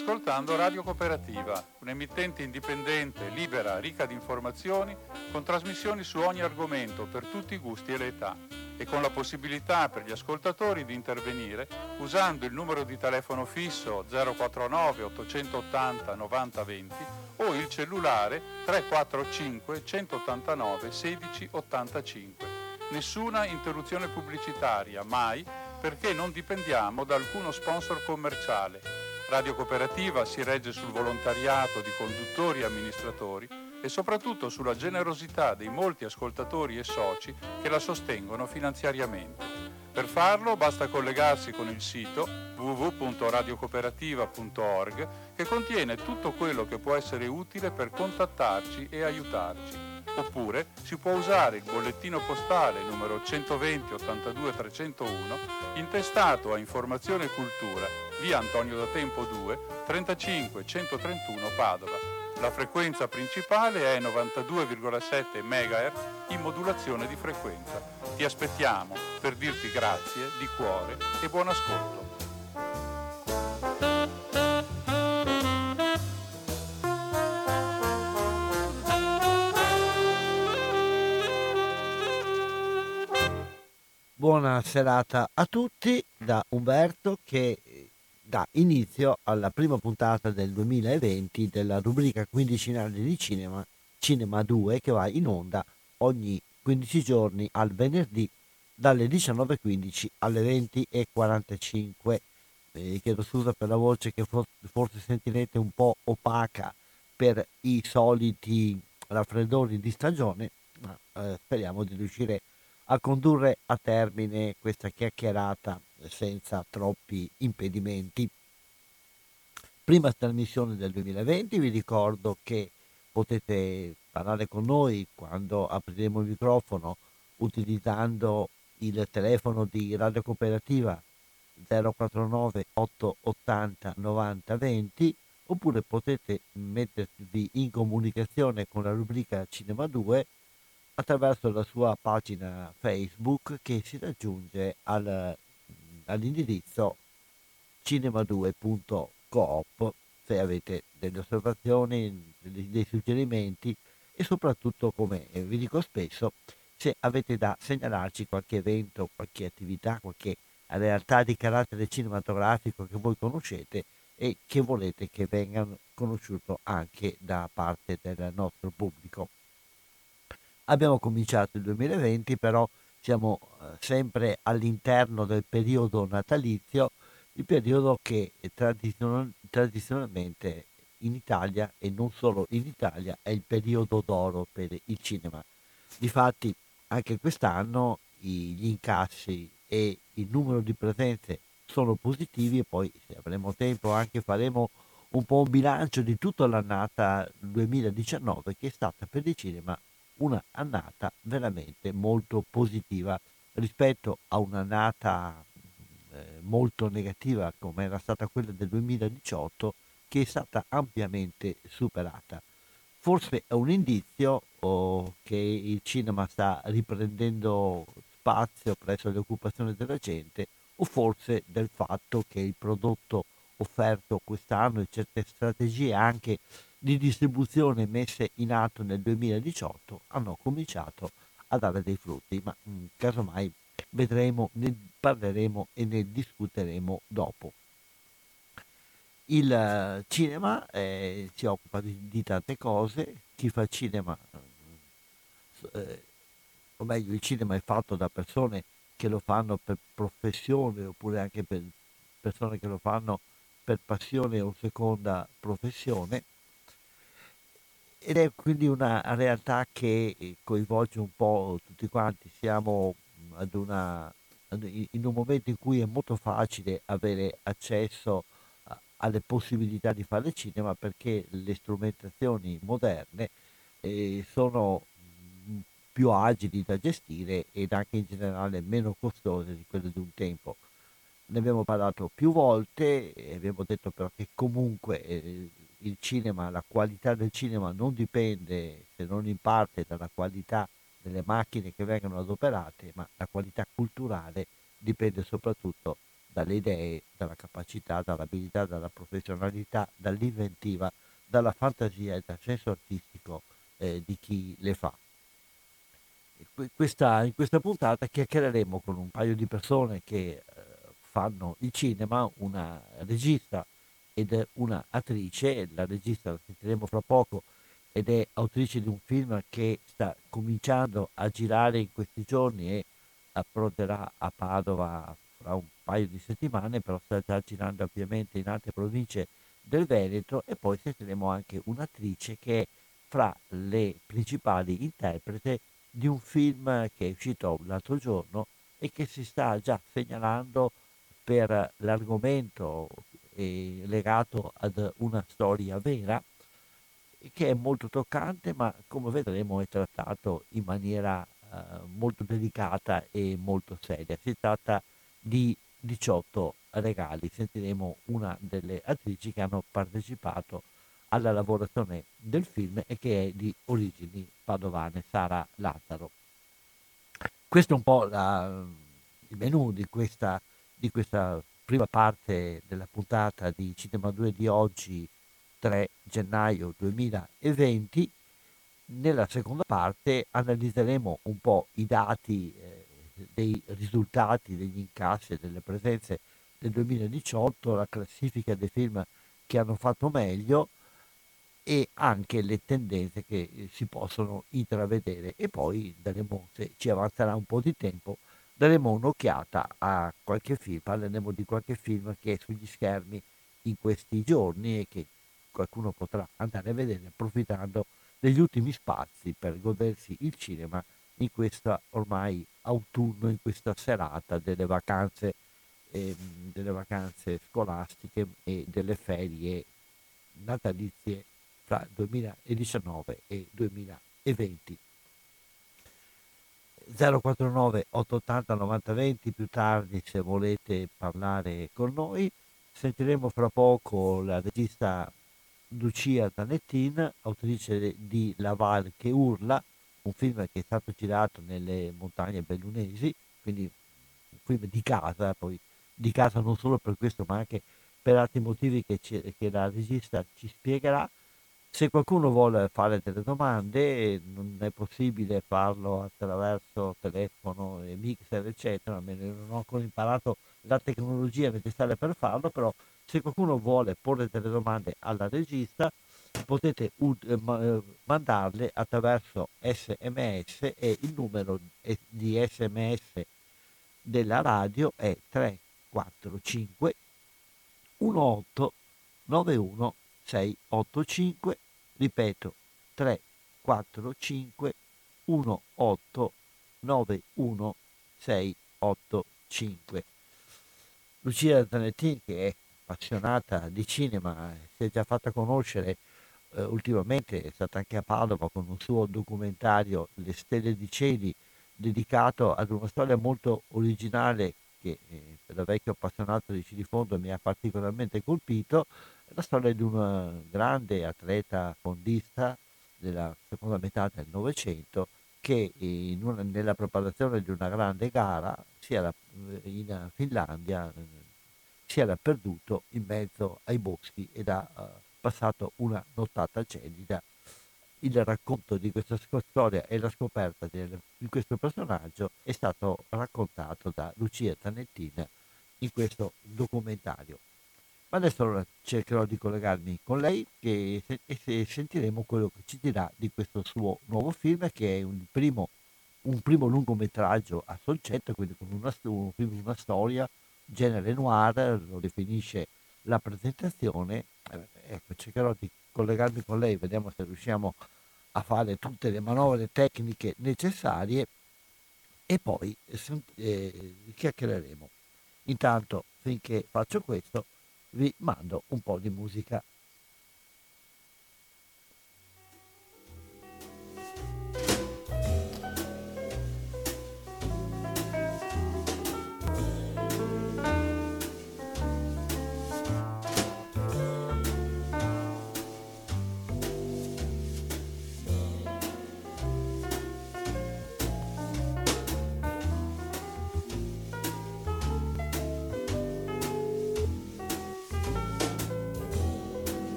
ascoltando Radio Cooperativa, un'emittente indipendente, libera, ricca di informazioni, con trasmissioni su ogni argomento per tutti i gusti e le età, e con la possibilità per gli ascoltatori di intervenire usando il numero di telefono fisso 049 880 90 20 o il cellulare 345 189 16 85. Nessuna interruzione pubblicitaria, mai, perché non dipendiamo da alcuno sponsor commerciale. Radio Cooperativa si regge sul volontariato di conduttori e amministratori e soprattutto sulla generosità dei molti ascoltatori e soci che la sostengono finanziariamente. Per farlo basta collegarsi con il sito www.radiocooperativa.org, che contiene tutto quello che può essere utile per contattarci e aiutarci. Oppure si può usare il bollettino postale numero 120 82 301, intestato a Informazione e Cultura, via Antonio da Tempo 2, 35 131 Padova. La frequenza principale è 92,7 MHz in modulazione di frequenza. Ti aspettiamo per dirti grazie di cuore e buon ascolto. Buona serata a tutti da Umberto, che dà inizio alla prima puntata del 2020 della rubrica quindicinale di Cinema 2, che va in onda ogni 15 giorni al venerdì dalle 19.15 alle 20.45. Chiedo scusa per la voce che forse sentirete un po' opaca per i soliti raffreddori di stagione, ma speriamo di riuscire a condurre a termine questa chiacchierata senza troppi impedimenti. Prima trasmissione del 2020, vi ricordo che potete parlare con noi quando apriremo il microfono utilizzando il telefono di Radio Cooperativa 049 880 90 20, oppure potete mettervi in comunicazione con la rubrica Cinema 2 attraverso la sua pagina Facebook, che si raggiunge all'indirizzo cinema2.coop, se avete delle osservazioni, dei suggerimenti e soprattutto, come vi dico spesso, se avete da segnalarci qualche evento, qualche attività, qualche realtà di carattere cinematografico che voi conoscete e che volete che venga conosciuto anche da parte del nostro pubblico. Abbiamo cominciato il 2020, però siamo sempre all'interno del periodo natalizio, il periodo che tradizionalmente in Italia, e non solo in Italia, è il periodo d'oro per il cinema. Difatti anche quest'anno gli incassi e il numero di presenze sono positivi, e poi, se avremo tempo, anche faremo un po' un bilancio di tutta l'annata 2019, che è stata per il cinema una annata veramente molto positiva rispetto a un'annata molto negativa come era stata quella del 2018, che è stata ampiamente superata. Forse è un indizio che il cinema sta riprendendo spazio presso le occupazioni della gente, o forse del fatto che il prodotto offerto quest'anno e certe strategie anche di distribuzione messe in atto nel 2018 hanno cominciato a dare dei frutti, ma casomai vedremo, ne parleremo e ne discuteremo dopo. Il cinema si occupa di tante cose. Chi fa cinema, o meglio, il cinema è fatto da persone che lo fanno per professione, oppure anche per persone che lo fanno per passione o seconda professione, ed è quindi una realtà che coinvolge un po' tutti quanti. Siamo in un momento in cui è molto facile avere accesso alle possibilità di fare cinema, perché le strumentazioni moderne sono più agili da gestire ed anche in generale meno costose di quelle di un tempo. Ne abbiamo parlato più volte e abbiamo detto però che comunque il cinema, la qualità del cinema non dipende, se non in parte, dalla qualità delle macchine che vengono adoperate, ma la qualità culturale dipende soprattutto dalle idee, dalla capacità, dall'abilità, dalla professionalità, dall'inventiva, dalla fantasia e dal senso artistico di chi le fa. In questa puntata chiacchiereremo con un paio di persone che fanno il cinema, una regista ed una attrice. La regista la sentiremo fra poco ed è autrice di un film che sta cominciando a girare in questi giorni e approderà a Padova fra un paio di settimane, però sta già girando ovviamente in altre province del Veneto. E poi sentiremo anche un'attrice che è fra le principali interpreti di un film che è uscito l'altro giorno e che si sta già segnalando per l'argomento legato ad una storia vera, che è molto toccante, ma come vedremo è trattato in maniera molto delicata e molto seria. Si tratta di 18 regali. Sentiremo una delle attrici che hanno partecipato alla lavorazione del film e che è di origini padovane, Sara Lazzaro. Questo è un po' il menù di questa prima parte della puntata di Cinema 2 di oggi, 3 gennaio 2020. Nella seconda parte analizzeremo un po' i dati dei risultati degli incassi e delle presenze del 2018, la classifica dei film che hanno fatto meglio e anche le tendenze che si possono intravedere. E poi daremo, se ci avanzerà un po' di tempo, daremo un'occhiata a qualche film, parleremo di qualche film che è sugli schermi in questi giorni e che qualcuno potrà andare a vedere approfittando degli ultimi spazi per godersi il cinema in questa ormai autunno, in questa serata delle vacanze scolastiche e delle ferie natalizie tra 2019 e 2020. 049 880 9020 più tardi se volete parlare con noi. Sentiremo fra poco la regista Lucia Zanettin, autrice di La Val che urla, un film che è stato girato nelle montagne bellunesi, quindi un film di casa, poi di casa non solo per questo ma anche per altri motivi che la regista ci spiegherà. Se qualcuno vuole fare delle domande, non è possibile farlo attraverso telefono e mixer, eccetera. Non ho ancora imparato la tecnologia necessaria per farlo, però se qualcuno vuole porre delle domande alla regista, potete mandarle attraverso SMS e il numero di SMS della radio è 345 18 91 685, ripeto 345 18 91 685. Lucia Zanettin, che è appassionata di cinema, si è già fatta conoscere ultimamente, è stata anche a Padova con un suo documentario Le stelle di cieli, dedicato ad una storia molto originale che da vecchio appassionato di Cinefondo mi ha particolarmente colpito. È la storia di un grande atleta fondista della seconda metà del Novecento che nella preparazione di una grande gara in Finlandia si era perduto in mezzo ai boschi ed ha passato una nottata gelida. Il racconto di questa storia e la scoperta di questo personaggio è stato raccontato da Lucia Zanettin in questo documentario. Ma adesso allora cercherò di collegarmi con lei e sentiremo quello che ci dirà di questo suo nuovo film, che è un primo lungometraggio a soggetto, quindi con una storia, genere noir, lo definisce la presentazione. Ecco, cercherò di collegarmi con lei, vediamo se riusciamo a fare tutte le manovre tecniche necessarie e poi chiacchiereremo. Intanto, finché faccio questo, vi mando un po' di musica.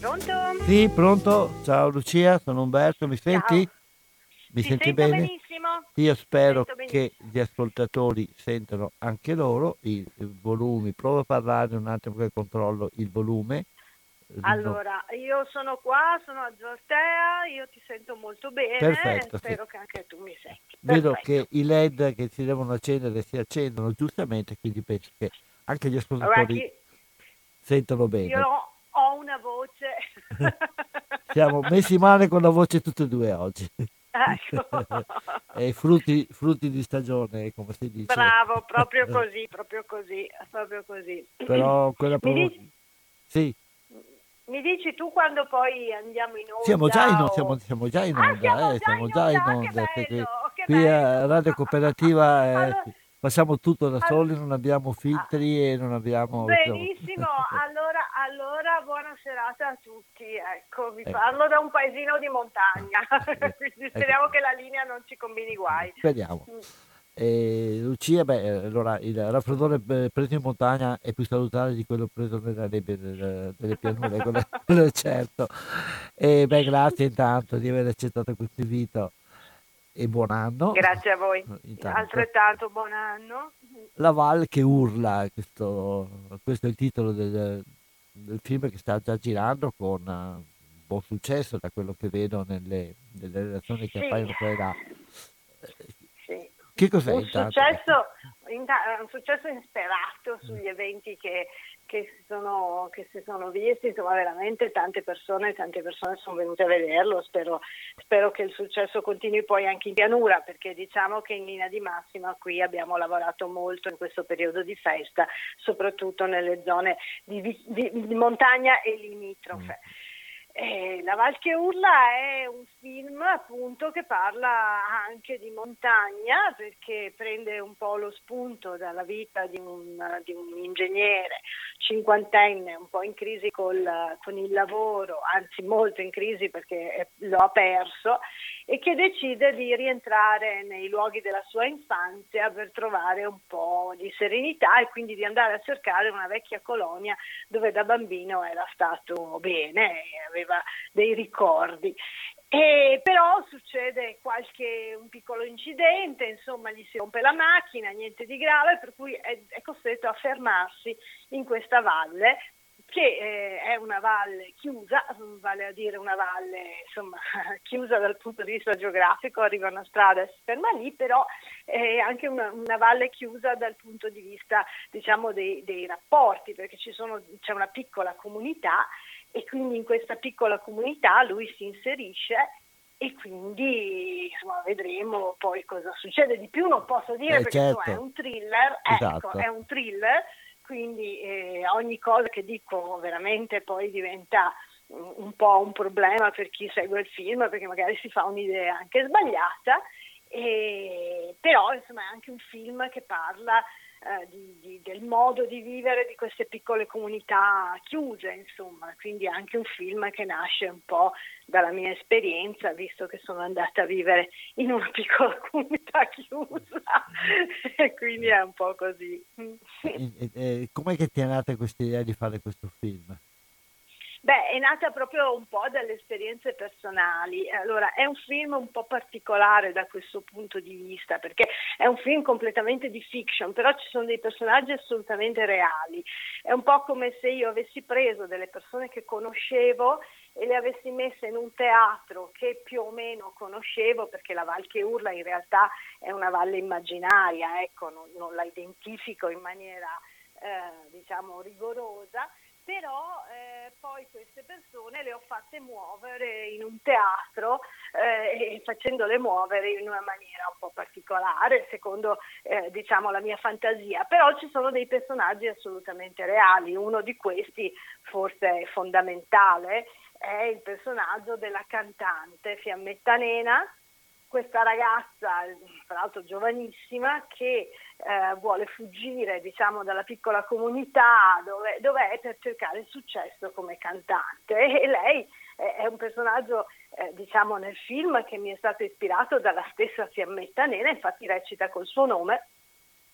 Pronto? Sì, pronto? Ciao Lucia, sono Umberto, mi senti? Ciao. Mi Ti senti sento bene? benissimo. Io spero Sento che benissimo. gli ascoltatori sentano anche loro i volumi. Provo a parlare un attimo che controllo il volume. Allora, io sono qua, sono a Zortea, io ti sento molto bene e Perfetto, sì. spero che anche tu mi senti. Vedo Perfetto. che i LED che si devono accendere si accendono giustamente, quindi penso che anche gli Allora, ascoltatori sentono io bene. ho una voce. Siamo messi male con la voce tutte e due oggi. Ecco. E frutti di stagione, come si dice. Bravo, proprio così, proprio così, proprio così. Però quella Mi dici, sì, mi dici tu quando poi andiamo in siamo già in, onda o... siamo già in Ah, onda, siamo già siamo in già onda, in che onda. Sì, qui, bello, che qui bello. a Radio Cooperativa Allora, facciamo tutto da All- soli, non abbiamo ah, filtri e non abbiamo... insomma, benissimo, allora buona serata a tutti. Ecco, vi ecco, parlo da un paesino di montagna, quindi ecco, speriamo che la linea non ci combini guai. speriamo. Mm. Lucia, allora il raffreddore preso in montagna è più salutare di quello preso nelle nebbie delle pianure, quello è certo. E beh, grazie intanto di aver accettato questo invito e buon anno. Grazie a voi, Intanto. altrettanto buon anno. La Val che urla, questo è il titolo del film che sta già girando con buon successo da quello che vedo nelle relazioni che Sì, appaiono qua e là. sì. Che cos'è Un intanto? successo, un successo insperato sugli eventi che si sono visti, insomma veramente tante persone sono venute a vederlo, spero che il successo continui poi anche in pianura, perché diciamo che in linea di massima qui abbiamo lavorato molto in questo periodo di festa, soprattutto nelle zone di montagna e limitrofe. La Val che urla è un film appunto che parla anche di montagna, perché prende un po' lo spunto dalla vita di un ingegnere cinquantenne un po' in crisi con il lavoro, anzi molto in crisi perché lo ha perso, e che decide di rientrare nei luoghi della sua infanzia per trovare un po' di serenità e quindi di andare a cercare una vecchia colonia dove da bambino era stato bene e aveva dei ricordi. Però succede un piccolo incidente, insomma gli si rompe la macchina, niente di grave, per cui è costretto a fermarsi in questa valle che è una valle chiusa, vale a dire una valle insomma chiusa dal punto di vista geografico, arriva una strada e si ferma lì, però è anche una valle chiusa dal punto di vista diciamo dei rapporti, perché c'è una piccola comunità e quindi in questa piccola comunità lui si inserisce e quindi insomma, vedremo poi cosa succede. Di più non posso dire perché insomma, Certo, è un thriller, ecco, esatto. è un thriller, quindi ogni cosa che dico veramente poi diventa un po' un problema per chi segue il film, perché magari si fa un'idea anche sbagliata, però insomma è anche un film che parla del modo di vivere di queste piccole comunità chiuse, insomma, quindi è anche un film che nasce un po' dalla mia esperienza, visto che sono andata a vivere in una piccola comunità chiusa e quindi è un po' così. Com'è che ti è nata questa idea di fare questo film? Beh, è nata proprio un po' dalle esperienze personali. Allora, è un film un po' particolare da questo punto di vista, perché è un film completamente di fiction, però ci sono dei personaggi assolutamente reali. È un po' come se io avessi preso delle persone che conoscevo e le avessi messe in un teatro che più o meno conoscevo, perché la Val che urla in realtà è una valle immaginaria, ecco, non la identifico in maniera diciamo rigorosa. Però poi queste persone le ho fatte muovere in un teatro e facendole muovere in una maniera un po' particolare, secondo diciamo la mia fantasia. Però ci sono dei personaggi assolutamente reali. Uno di questi, forse fondamentale, è il personaggio della cantante Fiammetta Nena, questa ragazza, tra l'altro giovanissima, che vuole fuggire diciamo dalla piccola comunità dove è per cercare il successo come cantante, e lei è un personaggio diciamo nel film che mi è stato ispirato dalla stessa Fiammetta Nena, infatti recita col suo nome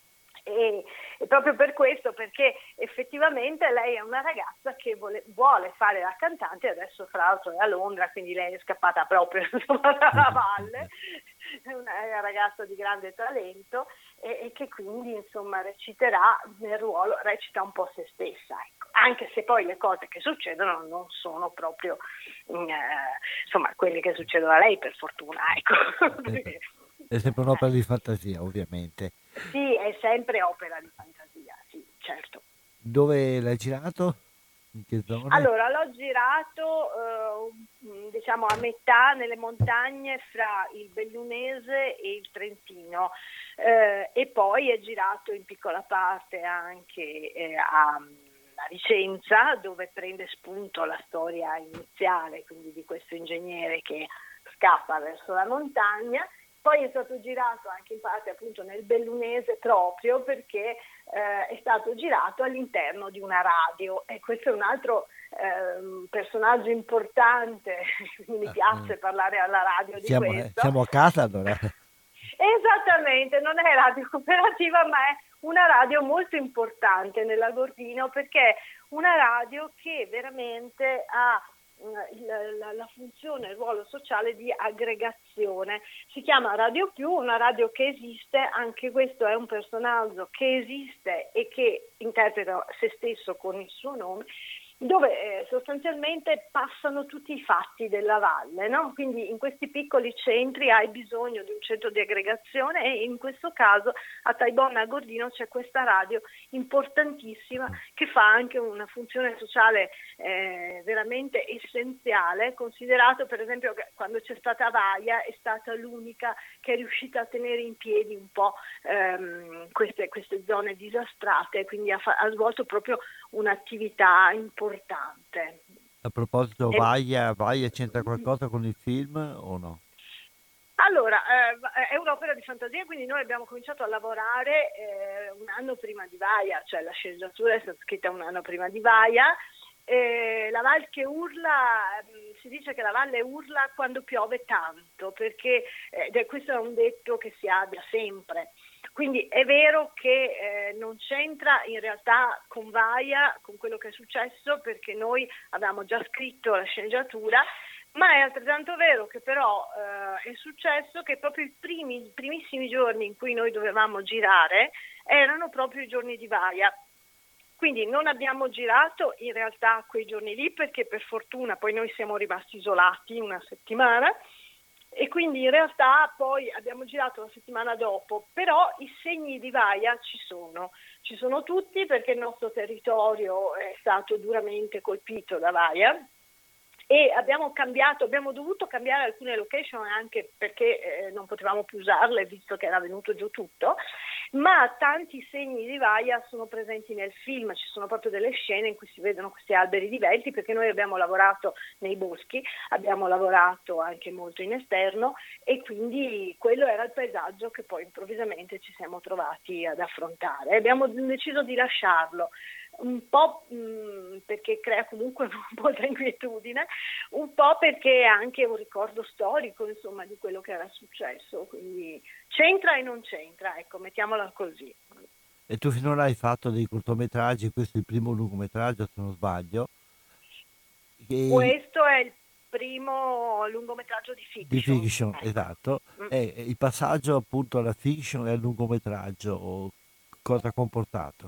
E proprio per questo, perché effettivamente lei è una ragazza che vuole fare la cantante, adesso fra l'altro è a Londra, quindi lei è scappata proprio insomma, dalla valle, è una ragazza di grande talento e che quindi insomma reciterà nel ruolo, recita un po' se stessa, ecco. Anche se poi le cose che succedono non sono proprio insomma quelle che succedono a lei, per fortuna, ecco. È sempre un'opera di fantasia, ovviamente. Sì, è sempre opera di fantasia, sì, certo. Dove l'hai girato? In che zone? Allora, l'ho girato diciamo a metà nelle montagne fra il Bellunese e il Trentino e poi è girato in piccola parte anche a Vicenza, dove prende spunto la storia iniziale, quindi di questo ingegnere che scappa verso la montagna. Poi è stato girato anche in parte appunto nel Bellunese proprio perché è stato girato all'interno di una radio e questo è un altro personaggio importante, mi piace parlare alla radio di questo. Siamo a casa allora. Esattamente, non è radio cooperativa ma è una radio molto importante nell'Agordino perché è una radio che veramente ha la funzione, il ruolo sociale di aggregazione. Si chiama Radio Più, una radio che esiste, anche questo è un personaggio che esiste e che interpreta se stesso con il suo nome, dove sostanzialmente passano tutti i fatti della valle, no? Quindi in questi piccoli centri hai bisogno di un centro di aggregazione e in questo caso a Taibona Agordino c'è questa radio importantissima che fa anche una funzione sociale veramente essenziale, considerato per esempio che quando c'è stata Vaia è stata l'unica che è riuscita a tenere in piedi un po' queste zone disastrate, quindi ha svolto proprio un'attività importante. A proposito, Vaia c'entra qualcosa con il film o no? Allora, è un'opera di fantasia, quindi noi abbiamo cominciato a lavorare un anno prima di Vaia, cioè la sceneggiatura è stata scritta un anno prima di Vaia. La Val che urla, si dice che la valle urla quando piove tanto, perché questo è un detto che si ha da sempre. Quindi è vero che non c'entra in realtà con Vaia, con quello che è successo, perché noi avevamo già scritto la sceneggiatura, ma è altrettanto vero che però è successo che proprio i primissimi giorni in cui noi dovevamo girare erano proprio i giorni di Vaia. Quindi non abbiamo girato in realtà quei giorni lì perché per fortuna poi noi siamo rimasti isolati una settimana e quindi in realtà poi abbiamo girato la settimana dopo, però i segni di Vaia ci sono tutti perché il nostro territorio è stato duramente colpito da Vaia e abbiamo dovuto cambiare alcune location anche perché non potevamo più usarle visto che era venuto giù tutto, ma tanti segni di Vaia sono presenti nel film, ci sono proprio delle scene in cui si vedono questi alberi divelti perché noi abbiamo lavorato nei boschi, abbiamo lavorato anche molto in esterno e quindi quello era il paesaggio che poi improvvisamente ci siamo trovati ad affrontare. Abbiamo deciso di lasciarlo un po' perché crea comunque un po' di inquietudine, un po' perché è anche un ricordo storico insomma di quello che era successo, quindi c'entra e non c'entra, ecco, mettiamola così. E tu finora hai fatto dei cortometraggi, questo è il primo lungometraggio se non sbaglio. Questo è il primo lungometraggio di fiction. Di fiction, ecco. Esatto. E il passaggio appunto alla fiction e al lungometraggio cosa ha comportato?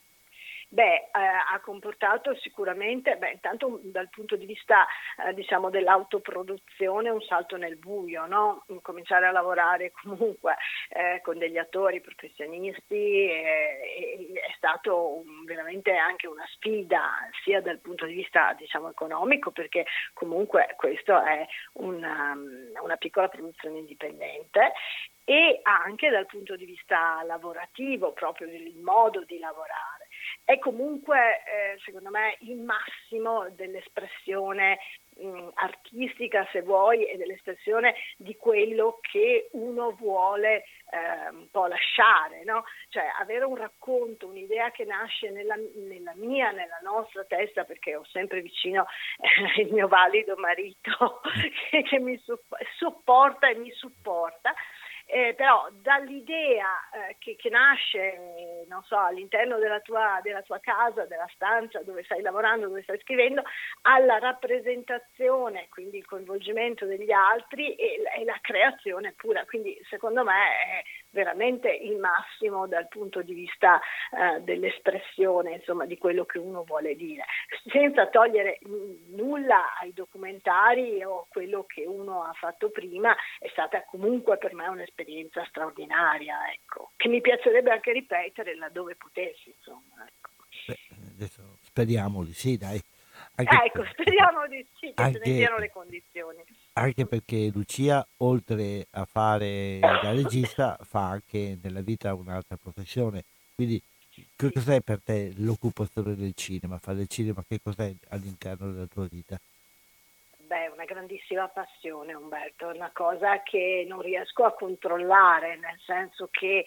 Ha comportato sicuramente, intanto dal punto di vista diciamo dell'autoproduzione un salto nel buio, no? Cominciare a lavorare comunque con degli attori professionisti è stato veramente anche una sfida sia dal punto di vista diciamo economico perché comunque questo è una piccola produzione indipendente e anche dal punto di vista lavorativo, proprio del modo di lavorare. È comunque, secondo me, il massimo dell'espressione artistica, se vuoi, e dell'espressione di quello che uno vuole un po' lasciare, no? Cioè avere un racconto, un'idea che nasce nella nostra testa, perché ho sempre vicino il mio valido marito che mi supporta e mi supporta. però dall'idea che nasce, non so, all'interno della tua casa, della stanza dove stai lavorando, dove stai scrivendo, alla rappresentazione, quindi il coinvolgimento degli altri e la creazione pura. Quindi secondo me è veramente il massimo dal punto di vista dell'espressione, insomma, di quello che uno vuole dire, senza togliere nulla ai documentari o quello che uno ha fatto prima. È stata comunque per me un'esperienza straordinaria, ecco, che mi piacerebbe anche ripetere laddove potessi, insomma, ecco. Beh, adesso speriamo di sì, dai. Ecco, speriamo di sì, che se ne diano le condizioni. Anche perché Lucia, oltre a fare la regista, fa anche nella vita un'altra professione. Quindi, che cos'è per te l'occupazione del cinema? Fare il cinema, che cos'è all'interno della tua vita? Beh, una grandissima passione, Umberto, è una cosa che non riesco a controllare, nel senso che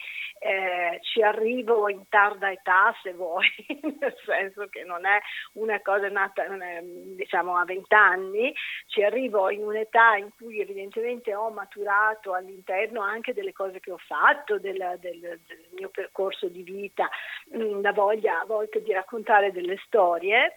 ci arrivo in tarda età, se vuoi, nel senso che non è una cosa nata, diciamo, a 20 anni, ci arrivo in un'età in cui evidentemente ho maturato all'interno anche delle cose che ho fatto, del mio percorso di vita, la voglia a volte di raccontare delle storie,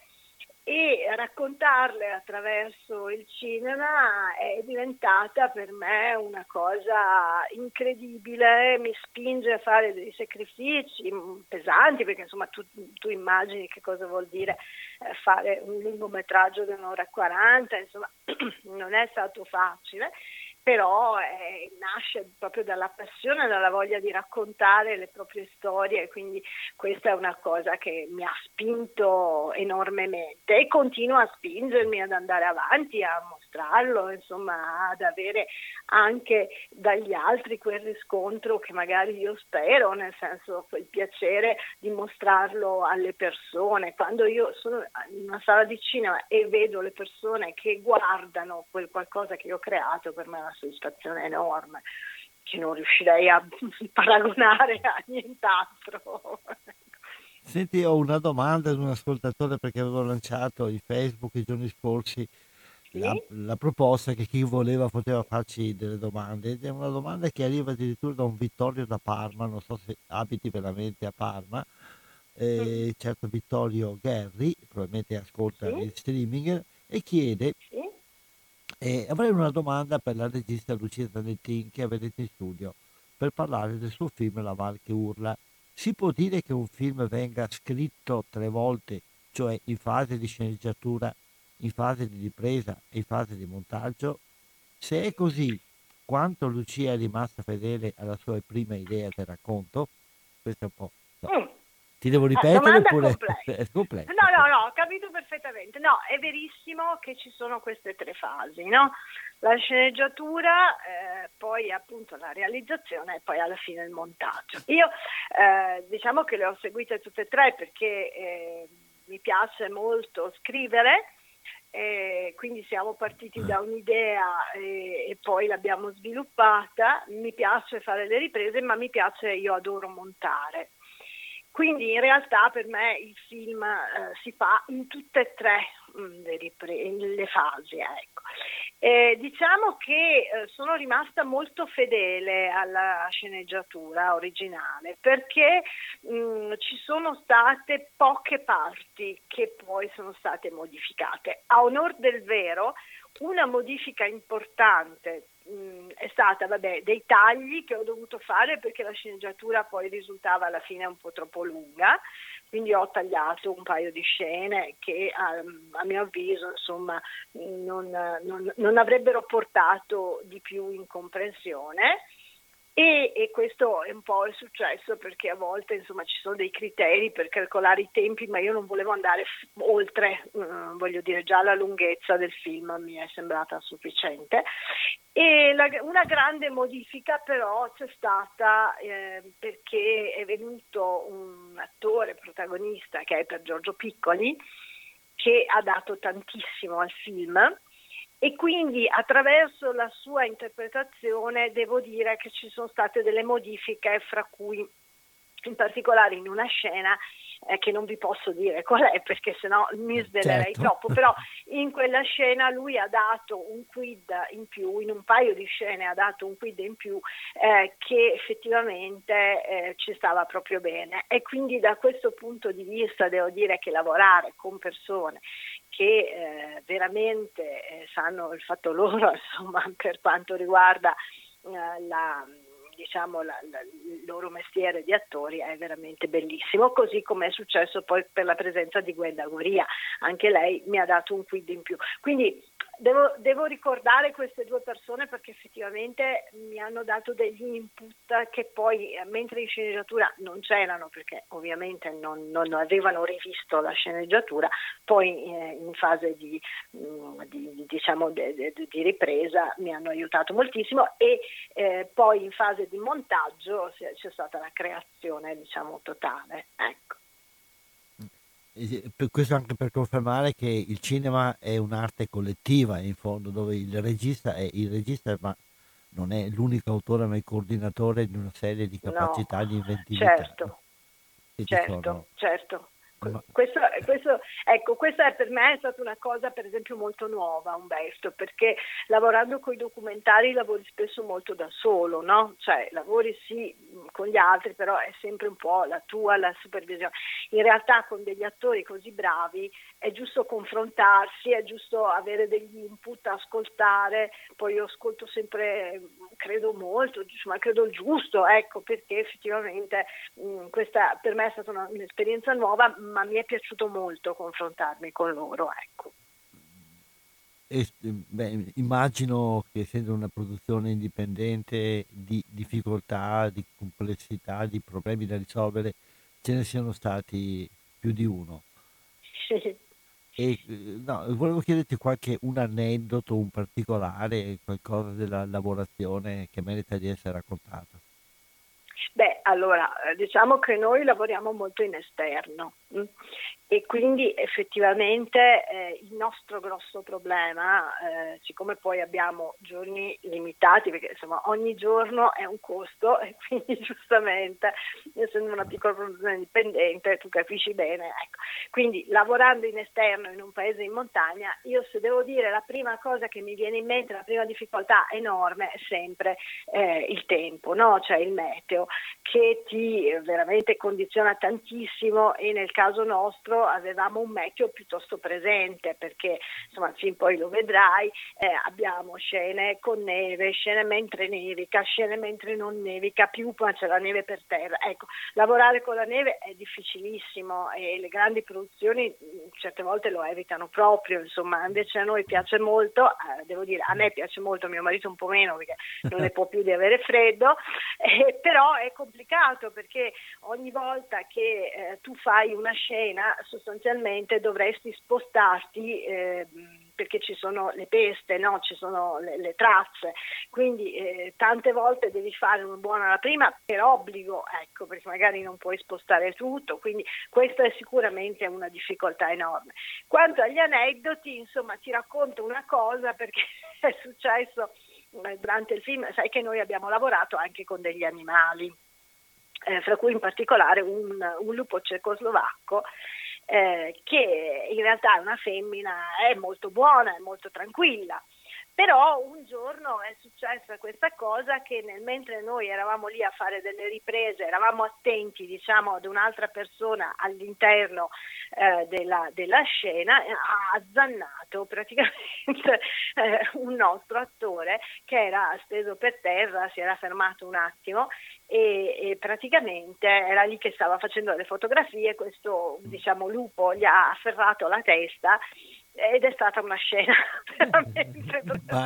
e raccontarle attraverso il cinema è diventata per me una cosa incredibile, mi spinge a fare dei sacrifici pesanti, perché insomma tu immagini che cosa vuol dire fare un lungometraggio di 1 ora e 40, insomma non è stato facile, però nasce proprio dalla passione, dalla voglia di raccontare le proprie storie, quindi questa è una cosa che mi ha spinto enormemente e continua a spingermi ad andare avanti, a mostrarlo, insomma, ad avere anche dagli altri quel riscontro che magari io spero, nel senso quel piacere di mostrarlo alle persone. Quando io sono in una sala di cinema e vedo le persone che guardano quel qualcosa che io ho creato, per me è una soddisfazione enorme che non riuscirei a paragonare a nient'altro. Senti, ho una domanda ad un ascoltatore, perché avevo lanciato in Facebook i giorni scorsi la proposta che chi voleva poteva farci delle domande, ed è una domanda che arriva addirittura da un Vittorio da Parma, non so se abiti veramente a Parma, certo Vittorio Gherri, probabilmente ascolta il streaming, e chiede: avrei una domanda per la regista Lucia Zanettin che avete in studio per parlare del suo film La Val che urla. Si può dire che un film venga scritto 3 volte, cioè in fase di sceneggiatura, in fase di ripresa e in fase di montaggio? Se è così, quanto Lucia è rimasta fedele alla sua prima idea del racconto? Questo è un po'... No. Ti devo ripetere domanda oppure complessa. è complessa? No, ho capito perfettamente. No, è verissimo che ci sono queste 3 fasi, no? La sceneggiatura, poi appunto la realizzazione e poi alla fine il montaggio. Io diciamo che le ho seguite tutte e 3 perché mi piace molto scrivere. Quindi siamo partiti da un'idea e poi l'abbiamo sviluppata. Mi piace fare le riprese, ma io adoro montare. Quindi in realtà per me il film si fa in tutte e 3 le fasi. Ecco. Diciamo che sono rimasta molto fedele alla sceneggiatura originale, perché ci sono state poche parti che poi sono state modificate. A onor del vero, una modifica importante è stata dei tagli che ho dovuto fare perché la sceneggiatura poi risultava alla fine un po' troppo lunga, quindi ho tagliato un paio di scene che a mio avviso insomma non avrebbero portato di più incomprensione. E questo è un po' il successo, perché a volte insomma ci sono dei criteri per calcolare i tempi, ma io non volevo andare oltre, voglio dire, già la lunghezza del film mi è sembrata sufficiente. E una grande modifica però c'è stata perché è venuto un attore protagonista che è per Giorgio Piccoli, che ha dato tantissimo al film. E quindi attraverso la sua interpretazione devo dire che ci sono state delle modifiche, fra cui in particolare in una scena che non vi posso dire qual è perché sennò mi svelerei Certo. troppo, però in quella scena lui ha dato un quid in più, in un paio di scene ha dato un quid in più che effettivamente ci stava proprio bene, e quindi da questo punto di vista devo dire che lavorare con persone che veramente sanno il fatto loro, insomma, per quanto riguarda il loro mestiere di attori è veramente bellissimo, così come è successo poi per la presenza di Gwenda Goria, anche lei mi ha dato un quid in più. Quindi devo ricordare queste due persone perché effettivamente mi hanno dato degli input che poi mentre in sceneggiatura non c'erano, perché ovviamente non avevano rivisto la sceneggiatura, poi in fase di ripresa mi hanno aiutato moltissimo, e poi in fase di montaggio c'è stata la creazione totale, ecco. Per questo, anche per confermare che il cinema è un'arte collettiva in fondo, dove il regista è il regista, ma non è l'unico autore, ma il coordinatore di una serie di capacità No, di inventività, certo, no? Che ci sono. certo. Ma- Questa per me è stata una cosa per esempio molto nuova, Umberto, perché lavorando con i documentari lavori spesso molto da solo, no? Cioè lavori sì con gli altri, però è sempre un po' la supervisione. In realtà con degli attori così bravi è giusto confrontarsi, è giusto avere degli input, ascoltare, poi io ascolto sempre, credo molto, ma credo il giusto, ecco, perché effettivamente questa per me è stata un'esperienza nuova, ma mi è piaciuto molto confrontarmi con loro, ecco. Immagino che, essendo una produzione indipendente, di difficoltà, di complessità, di problemi da risolvere, ce ne siano stati più di uno. E no, volevo chiederti un aneddoto, un particolare, qualcosa della lavorazione che merita di essere raccontato. Beh, allora, diciamo che noi lavoriamo molto in esterno e quindi effettivamente il nostro grosso problema, siccome poi abbiamo giorni limitati, perché insomma ogni giorno è un costo e quindi giustamente, essendo una piccola produzione indipendente, tu capisci bene, ecco. Quindi lavorando in esterno in un paese in montagna, io se devo dire la prima cosa che mi viene in mente, la prima difficoltà enorme è sempre il tempo, no? Cioè il meteo, che ti veramente condiziona tantissimo, e nel caso nostro avevamo un meteo piuttosto presente perché insomma fin poi lo vedrai, abbiamo scene con neve, scene mentre nevica, scene mentre non nevica più, ma c'è la neve per terra. Ecco, lavorare con la neve è difficilissimo e le grandi produzioni certe volte lo evitano proprio, insomma, invece a noi piace molto, devo dire a me piace molto, mio marito un po' meno perché non ne può più di avere freddo, però è complicato perché ogni volta che tu fai una scena sostanzialmente dovresti spostarti perché ci sono le peste, no? Ci sono le tracce, quindi tante volte devi fare una buona la prima per obbligo, ecco, perché magari non puoi spostare tutto, quindi questa è sicuramente una difficoltà enorme. Quanto agli aneddoti, insomma, ti racconto una cosa perché è successo durante il film. Sai che noi abbiamo lavorato anche con degli animali, fra cui in particolare un lupo cecoslovacco che in realtà è una femmina, è molto buona, è molto tranquilla. Però un giorno è successa questa cosa che mentre noi eravamo lì a fare delle riprese, eravamo attenti diciamo ad un'altra persona all'interno della scena, ha azzannato praticamente un nostro attore che era steso per terra, si era fermato un attimo e praticamente era lì che stava facendo le fotografie, questo diciamo lupo gli ha afferrato la testa ed è stata una scena veramente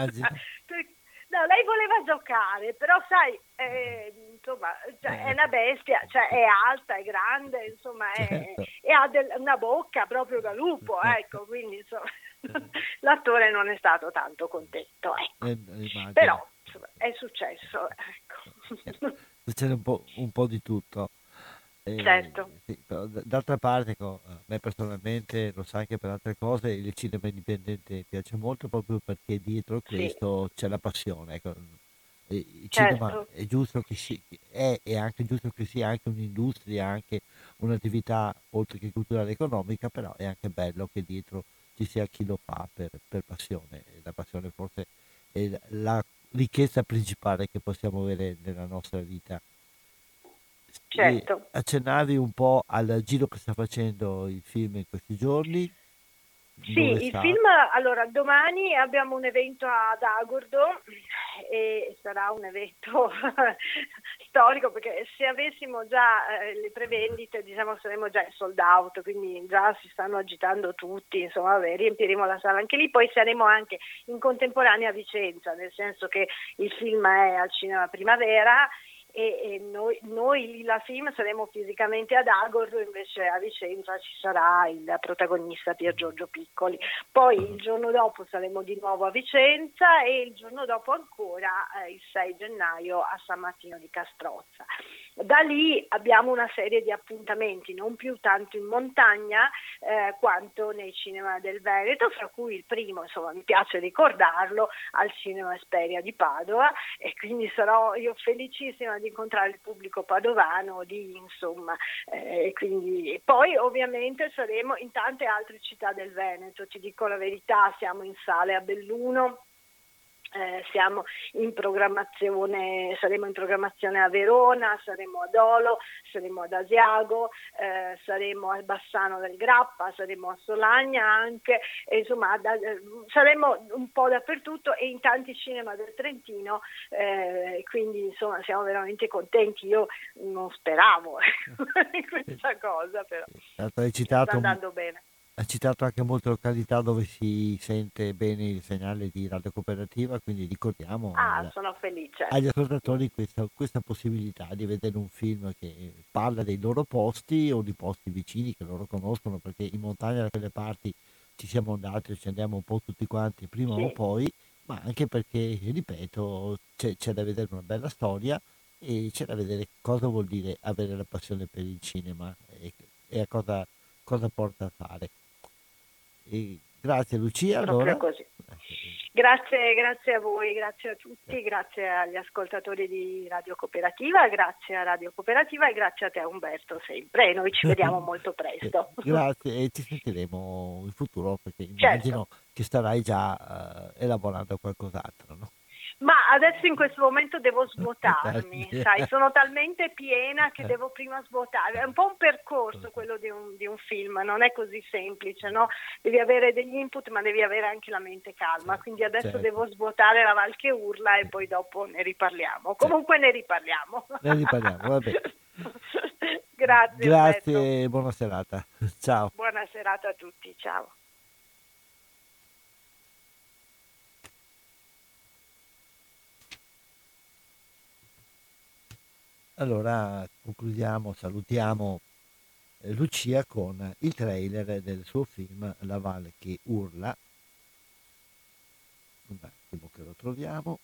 no, lei voleva giocare, però sai insomma cioè, è una bestia, cioè è alta, è grande, insomma Certo. e ha una bocca proprio da lupo, ecco, quindi insomma l'attore non è stato tanto contento, ecco. Però insomma, è successo, ecco. Succede un po' di tutto. Certo. Sì, però d'altra parte, a me personalmente, lo sai, anche per altre cose, il cinema indipendente piace molto proprio perché dietro Sì. questo c'è la passione. Ecco. Il cinema certo. è giusto che è anche giusto che sia anche un'industria, anche un'attività oltre che culturale e economica, però è anche bello che dietro ci sia chi lo fa per passione. E la passione forse è la ricchezza principale che possiamo avere nella nostra vita. E Certo. accennavi un po' al giro che sta facendo il film in questi giorni, dove Sì, il sta? film, allora domani abbiamo un evento ad Agordo e sarà un evento storico perché se avessimo già le prevendite diciamo saremmo già in sold out, quindi già si stanno agitando tutti, insomma vabbè, riempiremo la sala anche lì, poi saremo anche in contemporanea a Vicenza, nel senso che il film è al Cinema Primavera e noi lì la film saremo fisicamente ad Agordo, invece a Vicenza ci sarà il protagonista Pier Giorgio Piccoli. Poi il giorno dopo saremo di nuovo a Vicenza e il giorno dopo ancora il 6 gennaio a San Martino di Castrozza. Da lì abbiamo una serie di appuntamenti, non più tanto in montagna quanto nei cinema del Veneto, fra cui il primo, insomma mi piace ricordarlo, al Cinema Esperia di Padova, e quindi sarò io felicissima di incontrare il pubblico padovano lì, insomma, quindi poi ovviamente saremo in tante altre città del Veneto, ti dico la verità, siamo in sale a Belluno. Siamo in programmazione, saremo in programmazione a Verona, saremo ad Olo, saremo ad Asiago, saremo a Bassano del Grappa, saremo a Solagna anche, e insomma saremo un po' dappertutto e in tanti cinema del Trentino, quindi insomma siamo veramente contenti. Io non speravo in questa cosa, però Hai sta citato, andando bene. hai citato anche molte località dove si sente bene il segnale di radio cooperativa, quindi ricordiamo Ah, sono felice. agli ascoltatori questa possibilità di vedere un film che parla dei loro posti o di posti vicini che loro conoscono, perché in montagna da quelle parti ci siamo andati, ci andiamo un po' tutti quanti prima o Sì. poi, ma anche perché, ripeto, c'è da vedere una bella storia e c'è da vedere cosa vuol dire avere la passione per il cinema e a cosa porta a fare. E grazie Lucia, Proprio allora. così. Grazie a voi, grazie a tutti, grazie agli ascoltatori di Radio Cooperativa, grazie a Radio Cooperativa e grazie a te Umberto sempre. E noi ci vediamo molto presto. Grazie e ci sentiremo in futuro perché Certo. immagino che starai già elaborando qualcos'altro, no? Ma adesso in questo momento devo svuotarmi, Sì. sai, sono talmente piena che devo prima svuotare. È un po' un percorso quello di un film, non è così semplice, no? Devi avere degli input, ma devi avere anche la mente calma. Quindi adesso Certo. devo svuotare la Val che urla e poi dopo ne riparliamo. Comunque ne riparliamo. Ne riparliamo, va bene. Grazie Umberto. Grazie e buona serata. Ciao. Buona serata a tutti, ciao. Allora concludiamo, salutiamo Lucia con il trailer del suo film La Valle che urla. Un attimo che lo troviamo.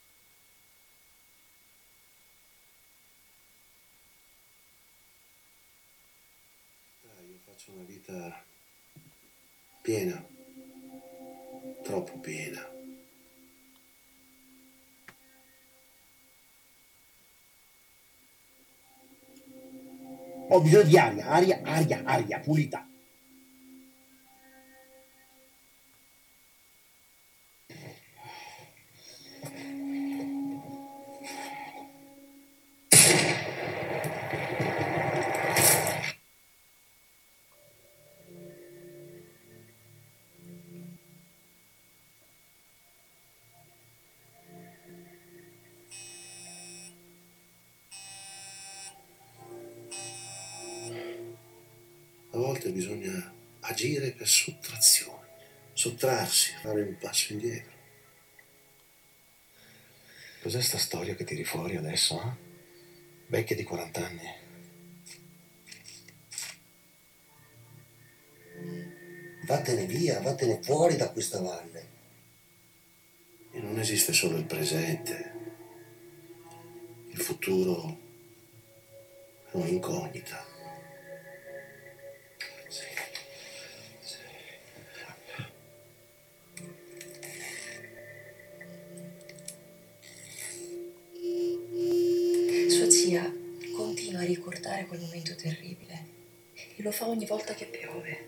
Io faccio una vita piena, troppo piena. Ho bisogno di aria, aria, aria, aria, pulita. A volte bisogna agire per sottrazione, sottrarsi, fare un passo indietro. Cos'è sta storia che tiri fuori adesso, eh? Vecchia di 40 anni. Vattene via, vattene fuori da questa valle. E non esiste solo il presente. Il futuro è un'incognita. Sì. Sì. ricordare quel momento terribile. E lo fa ogni volta che piove.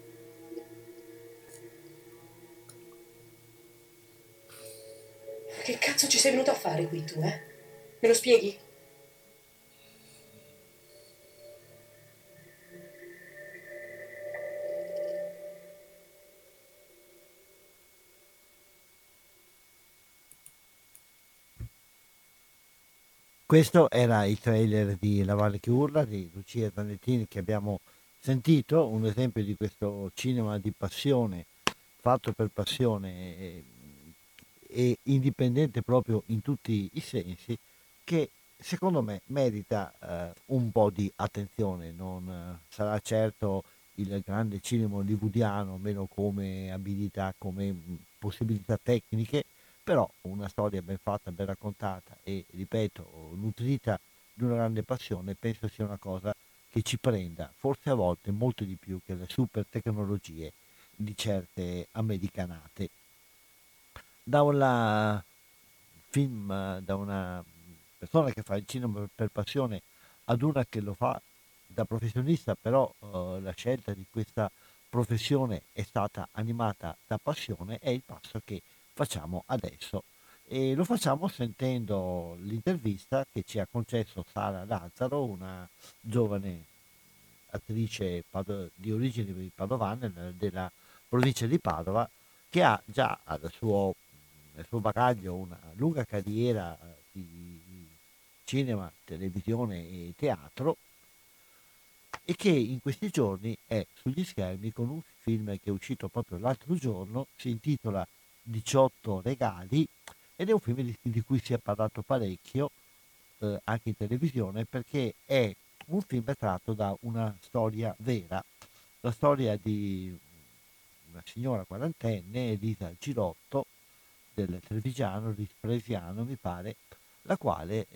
Che cazzo ci sei venuto a fare qui tu, eh? Me lo spieghi? Questo era il trailer di La Valle che urla di Lucia Zanettini che abbiamo sentito, un esempio di questo cinema di passione, fatto per passione e indipendente proprio in tutti i sensi, che secondo me merita un po' di attenzione. Non sarà certo il grande cinema hollywoodiano, meno come abilità, come possibilità tecniche, però una storia ben fatta, ben raccontata e, ripeto, nutrita di una grande passione, penso sia una cosa che ci prenda, forse a volte molto di più che le super tecnologie di certe americanate. Da una film, da una persona che fa il cinema per passione ad una che lo fa da professionista, però la scelta di questa professione è stata animata da passione, è il passo che facciamo adesso. E lo facciamo sentendo l'intervista che ci ha concesso Sara Lazzaro, una giovane attrice di origini padovane della provincia di Padova, che ha già nel suo bagaglio una lunga carriera di cinema, televisione e teatro, e che in questi giorni è sugli schermi con un film che è uscito proprio l'altro giorno, si intitola 18 regali, ed è un film di cui si è parlato parecchio anche in televisione, perché è un film tratto da una storia vera, la storia di una signora quarantenne, Elisa Girotto, del Trevigiano, di Spresiano mi pare, la quale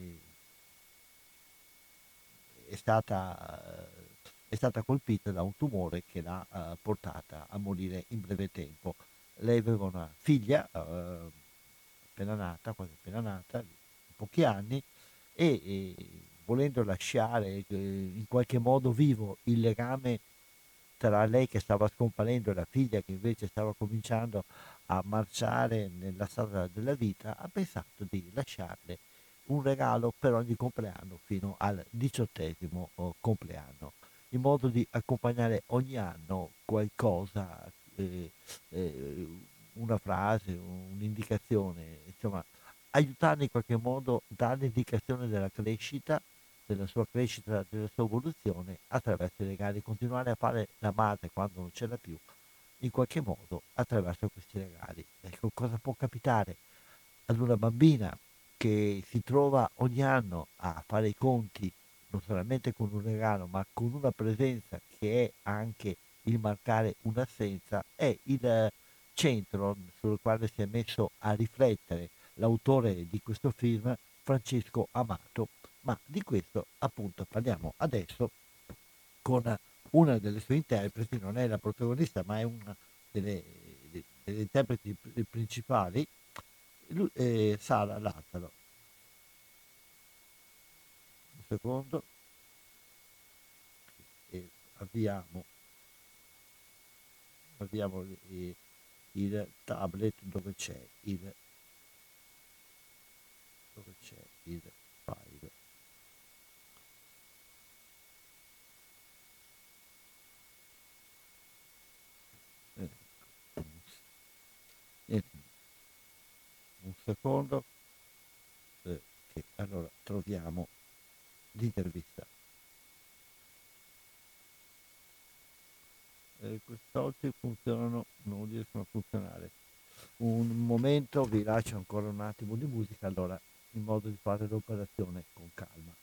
è stata colpita da un tumore che l'ha portata a morire in breve tempo. Lei aveva una figlia appena nata, quasi appena nata, di pochi anni, e volendo lasciare in qualche modo vivo il legame tra lei che stava scomparendo e la figlia che invece stava cominciando a marciare nella strada della vita, ha pensato di lasciarle un regalo per ogni compleanno fino al 18° compleanno, in modo di accompagnare ogni anno qualcosa, eh, una frase, un'indicazione, insomma, aiutarne in qualche modo, dare l'indicazione della sua crescita, della sua evoluzione attraverso i regali, continuare a fare la madre quando non ce l'ha più, in qualche modo attraverso questi regali. Ecco, cosa può capitare ad una bambina che si trova ogni anno a fare i conti non solamente con un regalo, ma con una presenza che è anche il marcare un'assenza, è il centro sul quale si è messo a riflettere l'autore di questo film, Francesco Amato. Ma di questo appunto parliamo adesso con una delle sue interpreti, non è la protagonista, ma è una delle interpreti principali, Sara Lazzaro. Un secondo, e avviamo il tablet dove c'è il file. Eh, un secondo, che allora troviamo l'intervista. Quest'oggi funzionano, non riescono a funzionare. Un momento, vi lascio ancora un attimo di musica, allora, in modo di fare l'operazione con calma.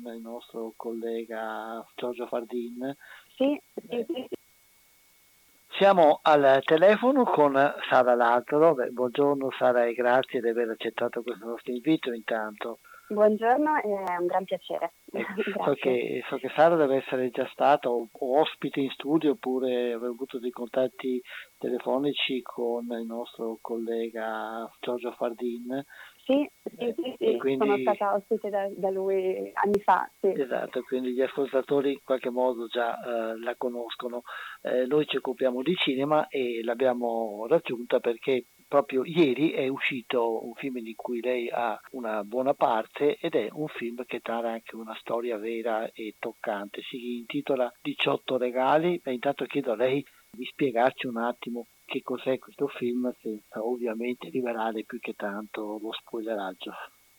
il nostro collega Giorgio Fardin. Sì. Siamo al telefono con Sara Lazzaro. Buongiorno Sara e grazie di aver accettato questo nostro invito intanto. Buongiorno, è un gran piacere. So che Sara deve essere già stata o ospite in studio oppure aver avuto dei contatti telefonici con il nostro collega Giorgio Fardin. Sì, quindi... sono stata ospite da lui anni fa. Sì. Esatto, quindi gli ascoltatori in qualche modo già la conoscono. Noi ci occupiamo di cinema e l'abbiamo raggiunta perché proprio ieri è uscito un film di cui lei ha una buona parte ed è un film che narra anche una storia vera e toccante. Si intitola 18 regali e intanto chiedo a lei di spiegarci un attimo che cos'è questo film senza ovviamente rivelare più che tanto lo spoileraggio.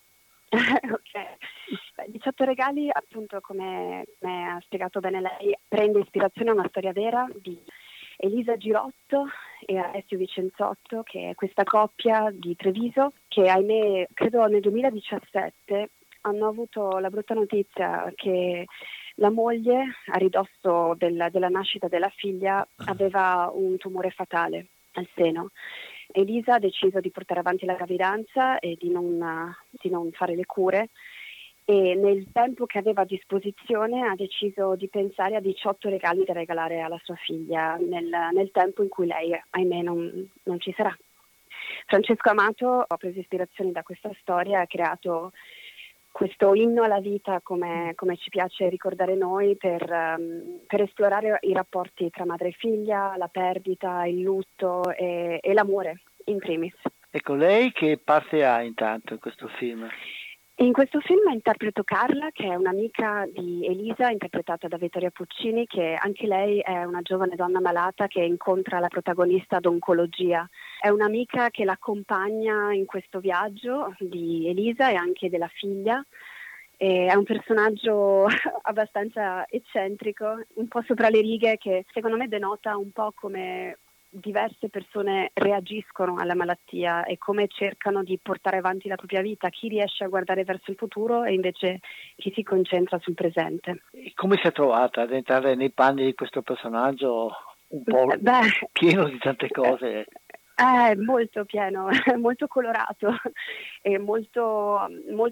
Ok, 18 regali, appunto, come ha spiegato bene lei, prende ispirazione a una storia vera di Elisa Girotto e Alessio Vicenzotto, che è questa coppia di Treviso che, ahimè, credo nel 2017 hanno avuto la brutta notizia che la moglie, a ridosso della nascita della figlia, aveva un tumore fatale al seno. Elisa ha deciso di portare avanti la gravidanza e di non fare le cure, e nel tempo che aveva a disposizione ha deciso di pensare a 18 regali da regalare alla sua figlia nel tempo in cui lei, ahimè, non ci sarà. Francesco Amato ha preso ispirazione da questa storia e ha creato questo inno alla vita, come ci piace ricordare noi, per esplorare i rapporti tra madre e figlia, la perdita, il lutto e l'amore in primis. Ecco, lei che parte ha intanto in questo film? In questo film interpreto Carla, che è un'amica di Elisa, interpretata da Vittoria Puccini, che anche lei è una giovane donna malata che incontra la protagonista ad oncologia. È un'amica che l'accompagna in questo viaggio di Elisa e anche della figlia. È un personaggio abbastanza eccentrico, un po' sopra le righe, che secondo me denota un po' come diverse persone reagiscono alla malattia e come cercano di portare avanti la propria vita, chi riesce a guardare verso il futuro e invece chi si concentra sul presente. E come si è trovata ad entrare nei panni di questo personaggio un po' pieno di tante cose? Molto pieno, molto colorato e molto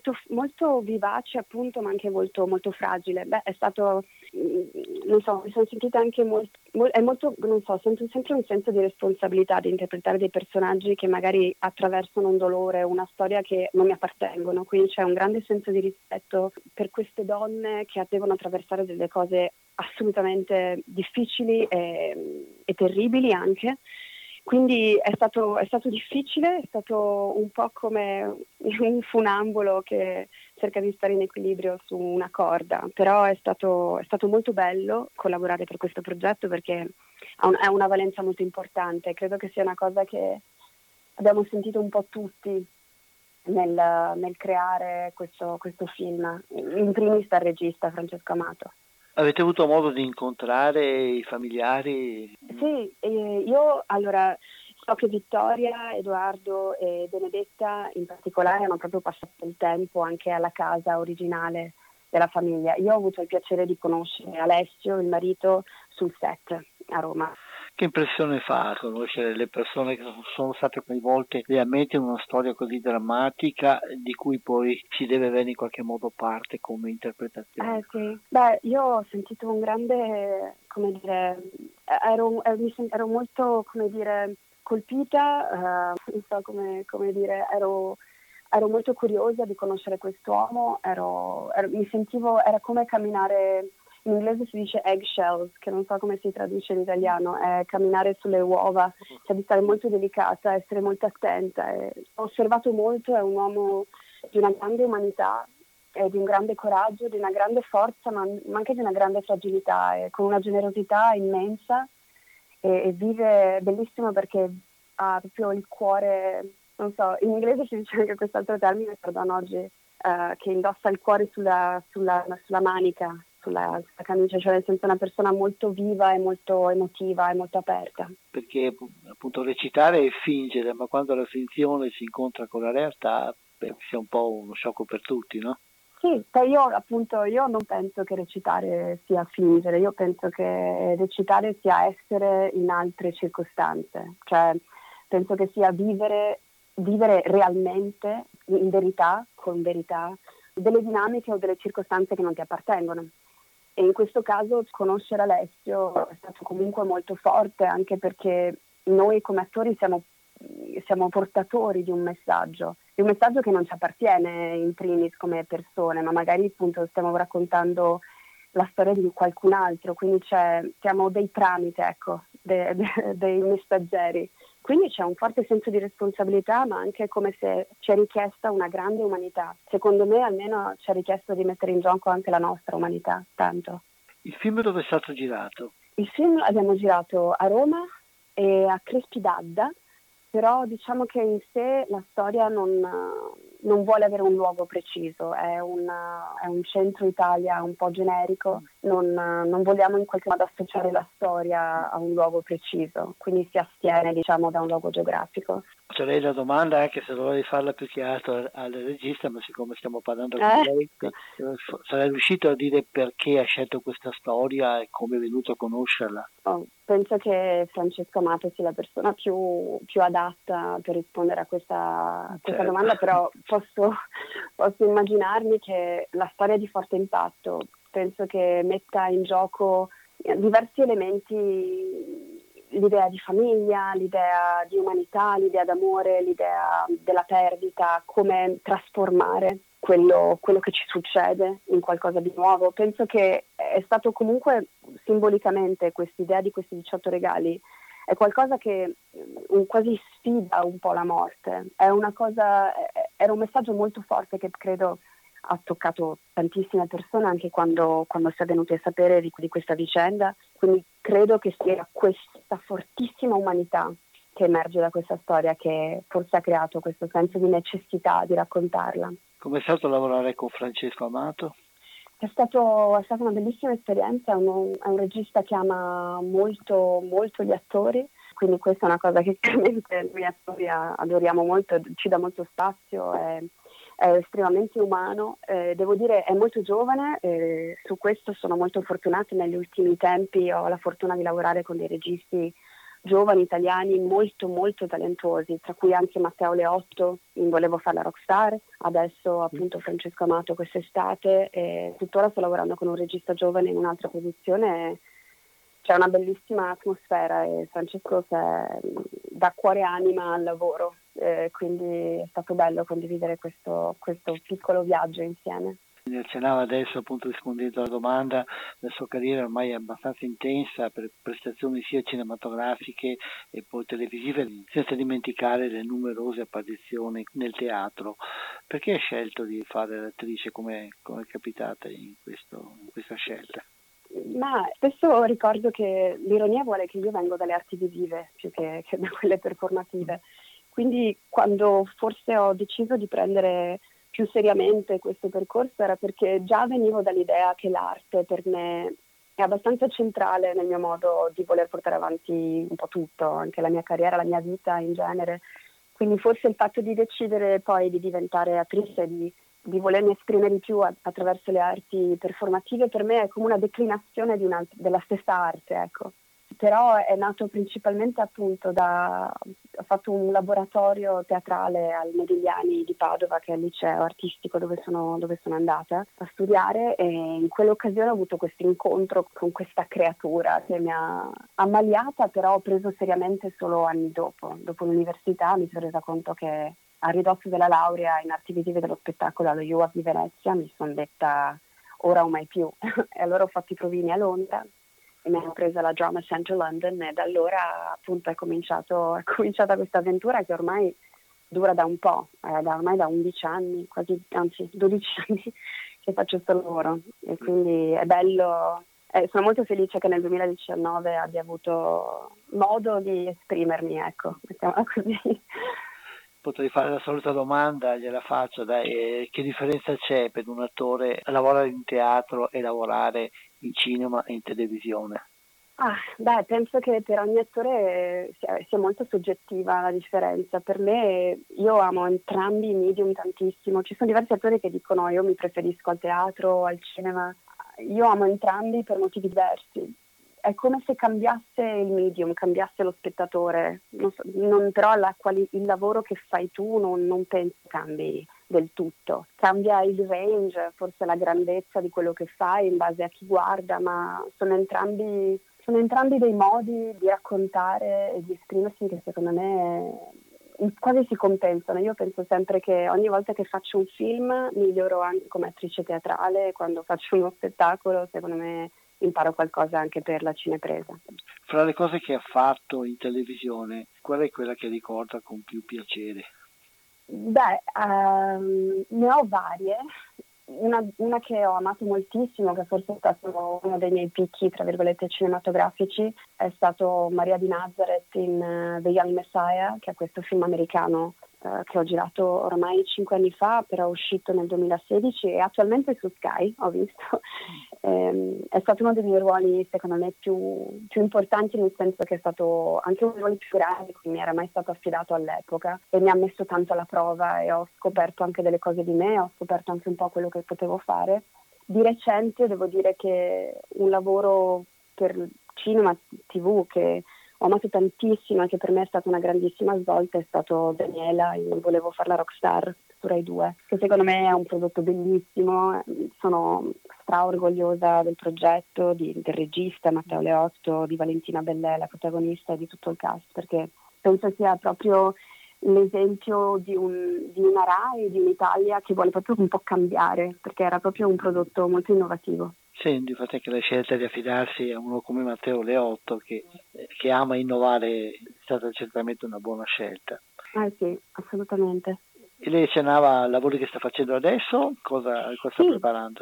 vivace, appunto, ma anche molto, molto fragile. È stato, non so, mi sono sentita anche sento sempre un senso di responsabilità di interpretare dei personaggi che magari attraversano un dolore, una storia che non mi appartengono, quindi c'è un grande senso di rispetto per queste donne che devono attraversare delle cose assolutamente difficili e terribili anche. Quindi è stato difficile, è stato un po' come un funambolo che cerca di stare in equilibrio su una corda, però è stato molto bello collaborare per questo progetto perché ha una valenza molto importante. Credo che sia una cosa che abbiamo sentito un po' tutti nel creare questo film, in primis dal regista Francesco Amato. Avete avuto modo di incontrare i familiari? Sì, io allora so che Vittoria, Edoardo e Benedetta in particolare hanno proprio passato il tempo anche alla casa originale della famiglia. Io ho avuto il piacere di conoscere Alessio, il marito, sul set a Roma. Che impressione fa conoscere le persone che sono state coinvolte realmente in una storia così drammatica di cui poi si deve avere in qualche modo parte come interpretazione? Sì. Io ho sentito un grande, come dire, ero molto, come dire, colpita, non so come dire, ero molto curiosa di conoscere quest'uomo, mi sentivo, era come camminare. In inglese si dice eggshells, che non so come si traduce in italiano, è camminare sulle uova, cioè di stare molto delicata, essere molto attenta. Ho osservato molto, è un uomo di una grande umanità, di un grande coraggio, di una grande forza, ma anche di una grande fragilità, con una generosità immensa e vive bellissimo perché ha proprio il cuore, non so, in inglese si dice anche quest'altro termine, perdono oggi, che indossa il cuore sulla manica, sulla camicia, cioè nel senso una persona molto viva e molto emotiva e molto aperta. Perché appunto recitare è fingere, ma quando la finzione si incontra con la realtà sia un po' uno sciocco per tutti, no? Sì, io non penso che recitare sia fingere, io penso che recitare sia essere in altre circostanze, cioè penso che sia vivere realmente, in verità, con verità, delle dinamiche o delle circostanze che non ti appartengono. E in questo caso conoscere Alessio è stato comunque molto forte, anche perché noi come attori siamo portatori di un messaggio che non ci appartiene in primis come persone, ma magari appunto stiamo raccontando la storia di qualcun altro, quindi siamo dei tramite, ecco, dei messaggeri. Quindi c'è un forte senso di responsabilità, ma anche come se ci è richiesta una grande umanità. Secondo me almeno ci è richiesto di mettere in gioco anche la nostra umanità, tanto. Il film dove è stato girato? Il film l'abbiamo girato a Roma e a Crespi d'Adda, però diciamo che in sé la storia non vuole avere un luogo preciso, è un centro Italia un po' generico, non vogliamo in qualche modo associare la storia a un luogo preciso, quindi si astiene diciamo da un luogo geografico. Farei la domanda anche se dovrei farla più che altro al regista, ma siccome stiamo parlando con lei, sarei riuscito a dire perché ha scelto questa storia e come è venuto a conoscerla? Penso che Francesco Amato sia la persona più adatta per rispondere a questa domanda, però posso immaginarmi che la storia è di forte impatto, penso che metta in gioco diversi elementi, l'idea di famiglia, l'idea di umanità, l'idea d'amore, l'idea della perdita, come trasformare quello che ci succede in qualcosa di nuovo. Penso che è stato comunque simbolicamente quest'idea di questi 18 regali è qualcosa che quasi sfida un po' la morte. Era un messaggio molto forte che credo ha toccato tantissime persone anche quando si è venuti a sapere di questa vicenda, quindi credo che sia questa fortissima umanità che emerge da questa storia che forse ha creato questo senso di necessità di raccontarla. Come è stato lavorare con Francesco Amato? È stata una bellissima esperienza, è un regista che ama molto, molto gli attori, quindi questa è una cosa che chiaramente noi attori adoriamo molto, ci dà molto spazio, è estremamente umano, devo dire è molto giovane, su questo sono molto fortunata, negli ultimi tempi ho la fortuna di lavorare con dei registi giovani italiani molto molto talentuosi, tra cui anche Matteo Leotto in Volevo fare la rockstar, adesso appunto Francesco Amato quest'estate e tuttora sto lavorando con un regista giovane in un'altra produzione. C'è una bellissima atmosfera e Francesco dà cuore e anima al lavoro, quindi è stato bello condividere questo piccolo viaggio insieme. Ne accennava adesso appunto rispondendo alla domanda, la sua carriera ormai è abbastanza intensa per prestazioni sia cinematografiche e poi televisive, senza dimenticare le numerose apparizioni nel teatro. Perché hai scelto di fare l'attrice, come è capitata in questa scelta? Ma spesso ricordo che l'ironia vuole che io vengo dalle arti visive più che da quelle performative, quindi quando forse ho deciso di prendere più seriamente questo percorso era perché già venivo dall'idea che l'arte per me è abbastanza centrale nel mio modo di voler portare avanti un po' tutto, anche la mia carriera, la mia vita in genere, quindi forse il fatto di decidere poi di diventare attrice, di volermi esprimere di più attraverso le arti performative per me è come una declinazione della stessa arte, ecco. Però è nato principalmente appunto ho fatto un laboratorio teatrale al Modigliani di Padova, che è il liceo artistico dove sono andata a studiare, e in quell'occasione ho avuto questo incontro con questa creatura che mi ha ammaliata, però ho preso seriamente solo anni dopo l'università. Mi sono resa conto che a ridosso della laurea in arti visive dello spettacolo allo UAV di Venezia mi sono detta ora o mai più e allora ho fatto i provini a Londra e mi hanno presa la Drama Center London e da allora appunto è cominciata questa avventura che ormai dura da un po', ormai da 11 anni, anzi 12 anni che faccio questo lavoro e quindi è bello. Sono molto felice che nel 2019 abbia avuto modo di esprimermi, ecco, mettiamola così. Potrei fare la solita domanda, gliela faccio, dai, che differenza c'è per un attore lavorare in teatro e lavorare in cinema e in televisione? Penso che per ogni attore sia molto soggettiva la differenza. Per me, io amo entrambi i medium tantissimo. Ci sono diversi attori che dicono io mi preferisco al teatro o al cinema. Io amo entrambi per motivi diversi. È come se cambiasse il medium, cambiasse lo spettatore. Però il lavoro che fai tu non penso cambi del tutto. Cambia il range, forse la grandezza di quello che fai in base a chi guarda, ma sono entrambi dei modi di raccontare e di esprimersi che secondo me quasi si compensano. Io penso sempre che ogni volta che faccio un film miglioro anche come attrice teatrale, quando faccio uno spettacolo secondo me imparo qualcosa anche per la cinepresa. Fra le cose che ha fatto in televisione, qual è quella che ricorda con più piacere? Ne ho varie. Una che ho amato moltissimo, che forse è stato uno dei miei picchi, tra virgolette, cinematografici, è stato Maria di Nazareth in The Young Messiah, che è questo film americano che ho girato ormai 5 anni fa, però è uscito nel 2016 e attualmente su Sky, ho visto. È stato uno dei miei ruoli, secondo me, più importanti, nel senso che è stato anche uno dei ruoli più grandi che mi era mai stato affidato all'epoca e mi ha messo tanto alla prova e ho scoperto anche delle cose di me, ho scoperto anche un po' quello che potevo fare. Di recente devo dire che un lavoro per cinema, TV, che ho amato tantissimo e che per me è stata una grandissima svolta è stato Daniela in Volevo fare la rockstar su Rai 2, che secondo me è un prodotto bellissimo. Sono straorgogliosa del progetto, del regista Matteo Leotto, di Valentina Bellè, la protagonista, e di tutto il cast, perché penso sia proprio l'esempio di una Rai, di un'Italia che vuole proprio un po' cambiare, perché era proprio un prodotto molto innovativo. Sì, infatti che la scelta di affidarsi a uno come Matteo Leotto che ama innovare è stata certamente una buona scelta. Sì, assolutamente. E lei accennava al lavoro che sta facendo adesso? Cosa sta preparando?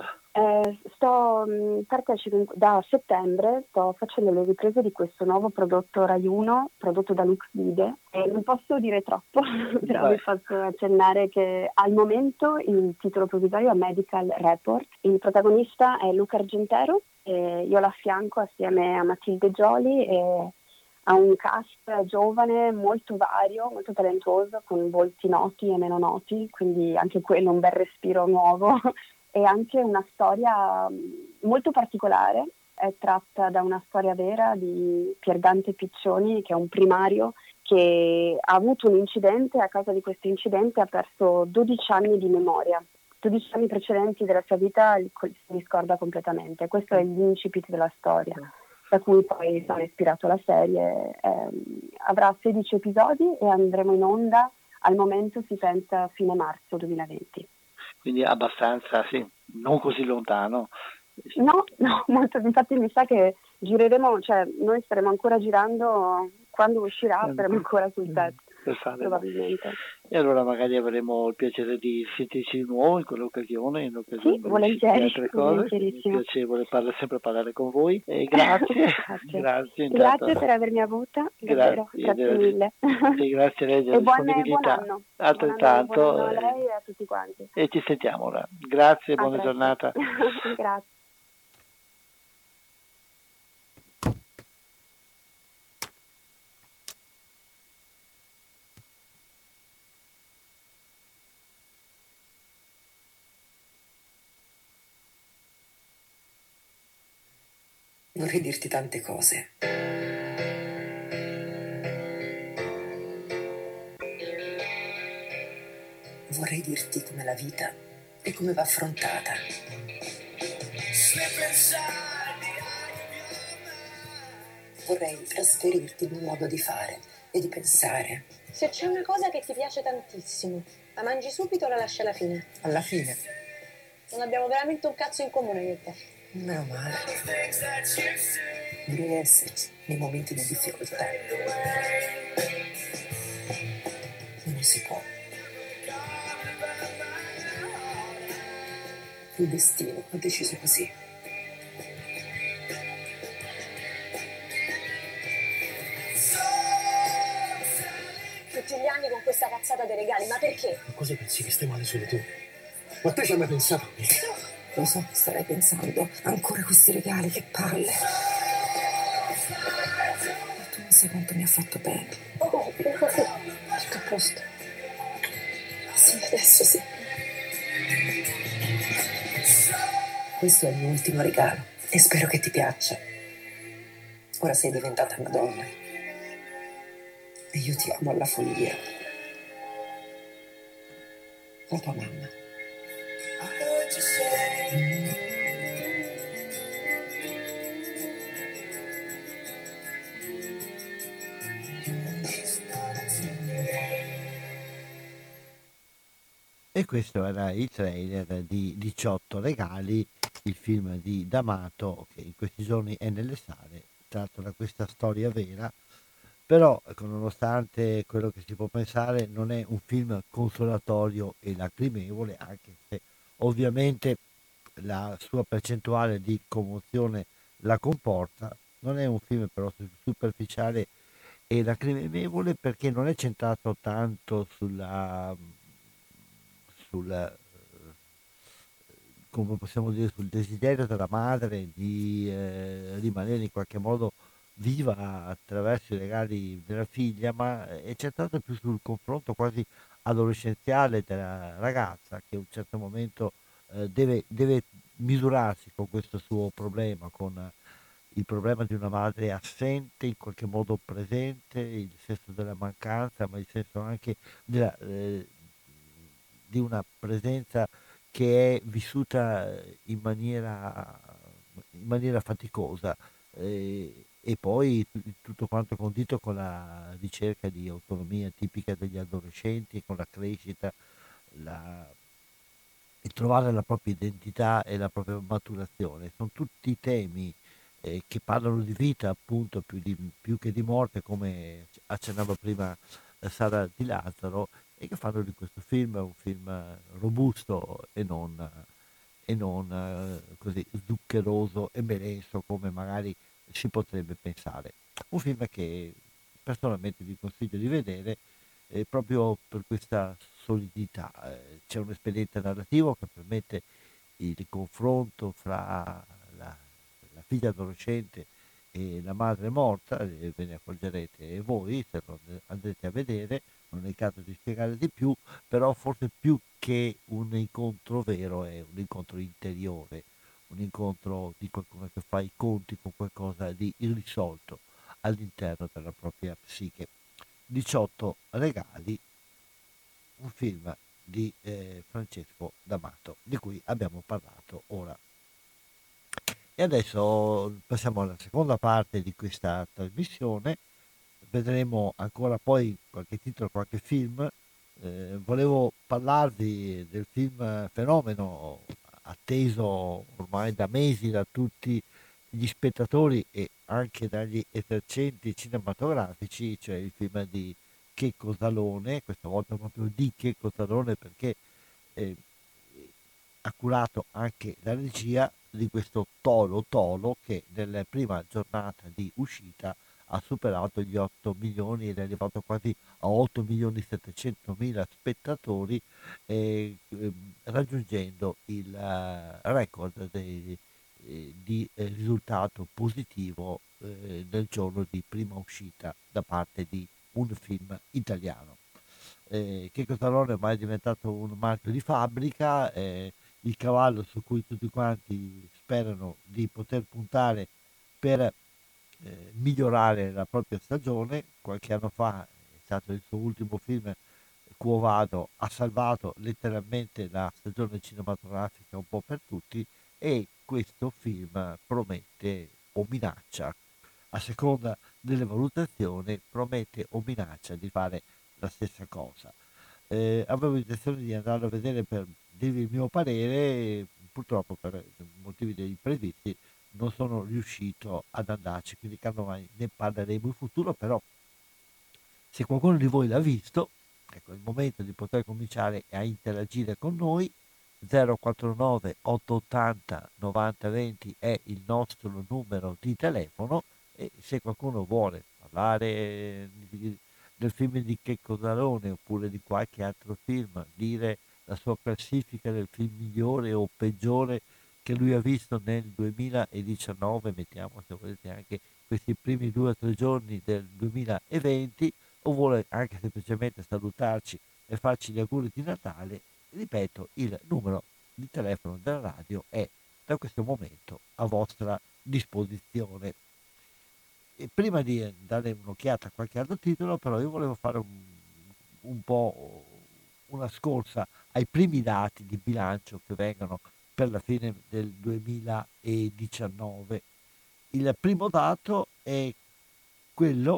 Partecipo da settembre, sto facendo le riprese di questo nuovo prodotto Rai 1, prodotto da Lux Vide. Non posso dire troppo, però vi posso accennare che al momento il titolo provvisorio è Medical Report. Il protagonista è Luca Argentero, e io l'affianco assieme a Matilde Gioli e ha un cast giovane molto vario, molto talentuoso, con volti noti e meno noti, quindi anche quello un bel respiro nuovo. E anche una storia molto particolare, è tratta da una storia vera di Pier Dante Piccioni, che è un primario che ha avuto un incidente e a causa di questo incidente ha perso 12 anni di memoria. 12 anni precedenti della sua vita si scorda completamente. Questo è l'incipit della storia, da cui poi sono ispirato la serie. Avrà 16 episodi e andremo in onda, al momento si pensa fine marzo 2020. Quindi abbastanza, sì, non così lontano. No, molto, infatti mi sa che gireremo, cioè noi staremo ancora girando, quando uscirà staremo ancora sul set, probabilmente. E allora magari avremo il piacere di sentirci di nuovo in quell'occasione, in occasione di altre cose. È piacevole sempre parlare con voi. E grazie. Grazie per avermi avuta, davvero, grazie mille. Sì, grazie a lei della disponibilità. Buon anno. Altrettanto. Buon anno a lei e a tutti quanti. E ci sentiamo ora. Grazie, buona giornata. Grazie. Vorrei dirti tante cose. Vorrei dirti come la vita e come va affrontata. Vorrei trasferirti il mio modo di fare e di pensare. Se c'è una cosa che ti piace tantissimo, la mangi subito o la lasci alla fine? Alla fine. Non abbiamo veramente un cazzo in comune io e te. Meno male. Devi esserci nei momenti di difficoltà. Non si può. Il destino ha deciso così. Tutti gli anni con questa cazzata dei regali, ma perché? Ma cosa pensi che stai male solo tu? Ma te ci hai mai pensato a me? Lo so, starei pensando, ancora questi regali, che palle. Non sai quanto mi ha fatto bene. Oh, tutto a posto. Sì, adesso sì. Questo è il mio ultimo regalo e spero che ti piaccia. Ora sei diventata una donna e io ti amo alla follia. La tua mamma. E questo era il trailer di 18 regali, il film di D'Amato che in questi giorni è nelle sale, tratto da questa storia vera, però ecco, nonostante quello che si può pensare, non è un film consolatorio e lacrimevole, anche se ovviamente la sua percentuale di commozione la comporta. Non è un film però superficiale e lacrimevole perché non è centrato tanto sul come possiamo dire, sul desiderio della madre di rimanere in qualche modo viva attraverso i regali della figlia, ma è centrato più sul confronto quasi adolescenziale della ragazza che a un certo momento deve misurarsi con questo suo problema, con il problema di una madre assente, in qualche modo presente, il senso della mancanza, ma il senso anche di una presenza che è vissuta in maniera faticosa e poi tutto quanto condito con la ricerca di autonomia tipica degli adolescenti, con la crescita, la, e trovare la propria identità e la propria maturazione. Sono tutti temi che parlano di vita appunto più che di morte, come accennava prima Sara Di Lazzaro, e che fanno di questo film un film robusto e non così zuccheroso e melenso come magari si potrebbe pensare. Un film che personalmente vi consiglio di vedere proprio per questa solidità. C'è un espediente narrativo che permette il confronto fra la figlia adolescente e la madre morta, e ve ne accorgerete voi se lo andrete a vedere, non è il caso di spiegare di più, però forse più che un incontro vero è un incontro interiore, un incontro di qualcuno che fa i conti con qualcosa di irrisolto all'interno della propria psiche. 18 regali, un film di Francesco D'Amato, di cui abbiamo parlato ora. E adesso passiamo alla seconda parte di questa trasmissione, vedremo ancora poi qualche titolo, qualche film. Volevo parlarvi del film fenomeno atteso ormai da mesi da tutti gli spettatori e anche dagli esercenti cinematografici, cioè il film di Checco Zalone, questa volta proprio di Checco Zalone perché eh, ha curato anche la regia di questo Tolo Tolo che nella prima giornata di uscita ha superato gli 8 milioni ed è arrivato quasi a 8 milioni 700 mila spettatori, raggiungendo il record di risultato positivo nel giorno di prima uscita da parte di un film italiano. Checco Zalone ormai è diventato un marchio di fabbrica, il cavallo su cui tutti quanti sperano di poter puntare per migliorare la propria stagione. Qualche anno fa è stato il suo ultimo film, Quo Vado, ha salvato letteralmente la stagione cinematografica un po' per tutti e questo film promette o minaccia, a seconda delle valutazioni, promette o minaccia di fare la stessa cosa. Avevo intenzione di andarlo a vedere per dirvi il mio parere, purtroppo per motivi degli imprevisti non sono riuscito ad andarci, quindi casomai ne parleremo in futuro, però se qualcuno di voi l'ha visto, ecco, è il momento di poter cominciare a interagire con noi. 049 880 9020 è il nostro numero di telefono e se qualcuno vuole parlare del film di Checco Zalone oppure di qualche altro film, dire la sua classifica del film migliore o peggiore che lui ha visto nel 2019, mettiamo se volete anche questi primi 2 o 3 giorni del 2020, o vuole anche semplicemente salutarci e farci gli auguri di Natale, ripeto, il numero di telefono della radio è da questo momento a vostra disposizione. E prima di dare un'occhiata a qualche altro titolo, però io volevo fare un po' una scorsa ai primi dati di bilancio che vengono per la fine del 2019. Il primo dato è quello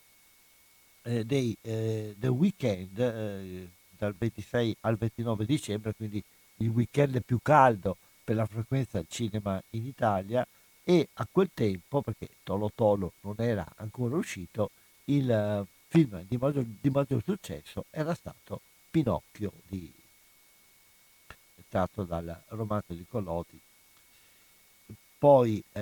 del weekend dal 26 al 29 dicembre, quindi il weekend più caldo per la frequenza al cinema in Italia, e a quel tempo, perché Tolo Tolo non era ancora uscito, il film di maggior successo era stato Pinocchio, tratto dal romanzo di Collodi. Poi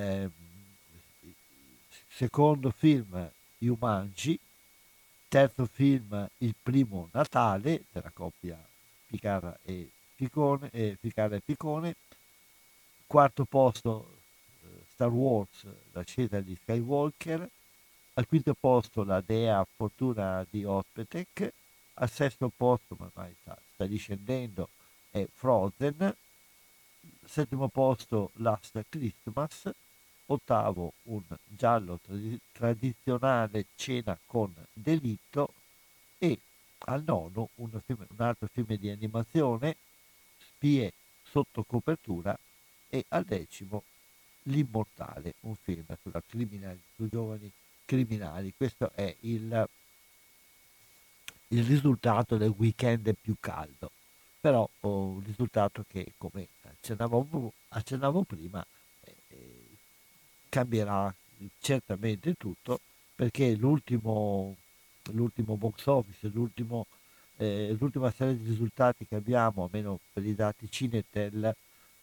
secondo film Jumanji, terzo film Il primo Natale della coppia Ficarra e Picone, quarto posto Star Wars, l'ascesa di Skywalker, al quinto posto la Dea Fortuna di Ospetec, al sesto posto, ma ormai sta discendendo, è Frozen, settimo posto Last Christmas, ottavo un giallo tradizionale Cena con delitto, e al nono un altro film di animazione, Spie sotto copertura, e al decimo L'Immortale, un film su giovani criminali. Questo è il risultato del weekend più caldo, però un risultato che, come accennavo prima, cambierà certamente tutto, perché l'ultimo box office, l'ultima serie di risultati che abbiamo, almeno per i dati Cinetel,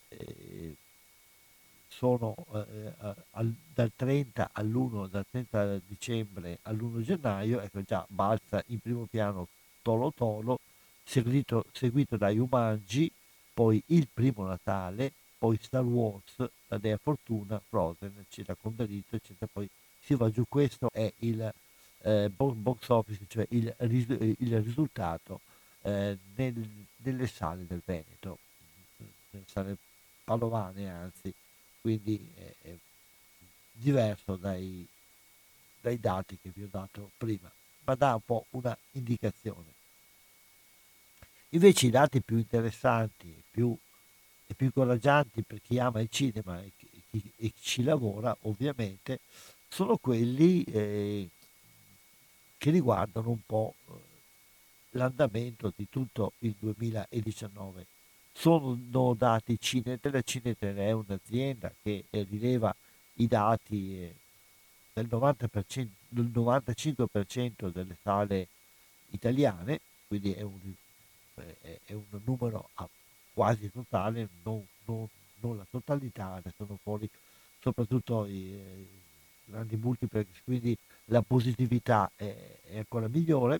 sono dal 30 dal 30 dicembre all'1 gennaio, ecco già balza in primo piano Tolo Tolo, seguito da Jumanji, poi Il primo Natale, poi Star Wars, La Dea Fortuna, Frozen, eccetera, con delitto, eccetera, poi si va giù. Questo è il box office, cioè il risultato nelle sale del Veneto, nelle sale padovane anzi, quindi è diverso dai dati che vi ho dato prima, ma dà un po' una indicazione. Invece i dati più interessanti e più incoraggianti per chi ama il cinema e chi ci lavora, ovviamente, sono quelli che riguardano un po' l'andamento di tutto il 2019. Sono dati Cinetel. Cinetel è un'azienda che rileva i dati del 90%, del 95% delle sale italiane, quindi è un numero quasi totale, non la totalità, ne sono fuori soprattutto i grandi multiplex, quindi la positività è ancora migliore.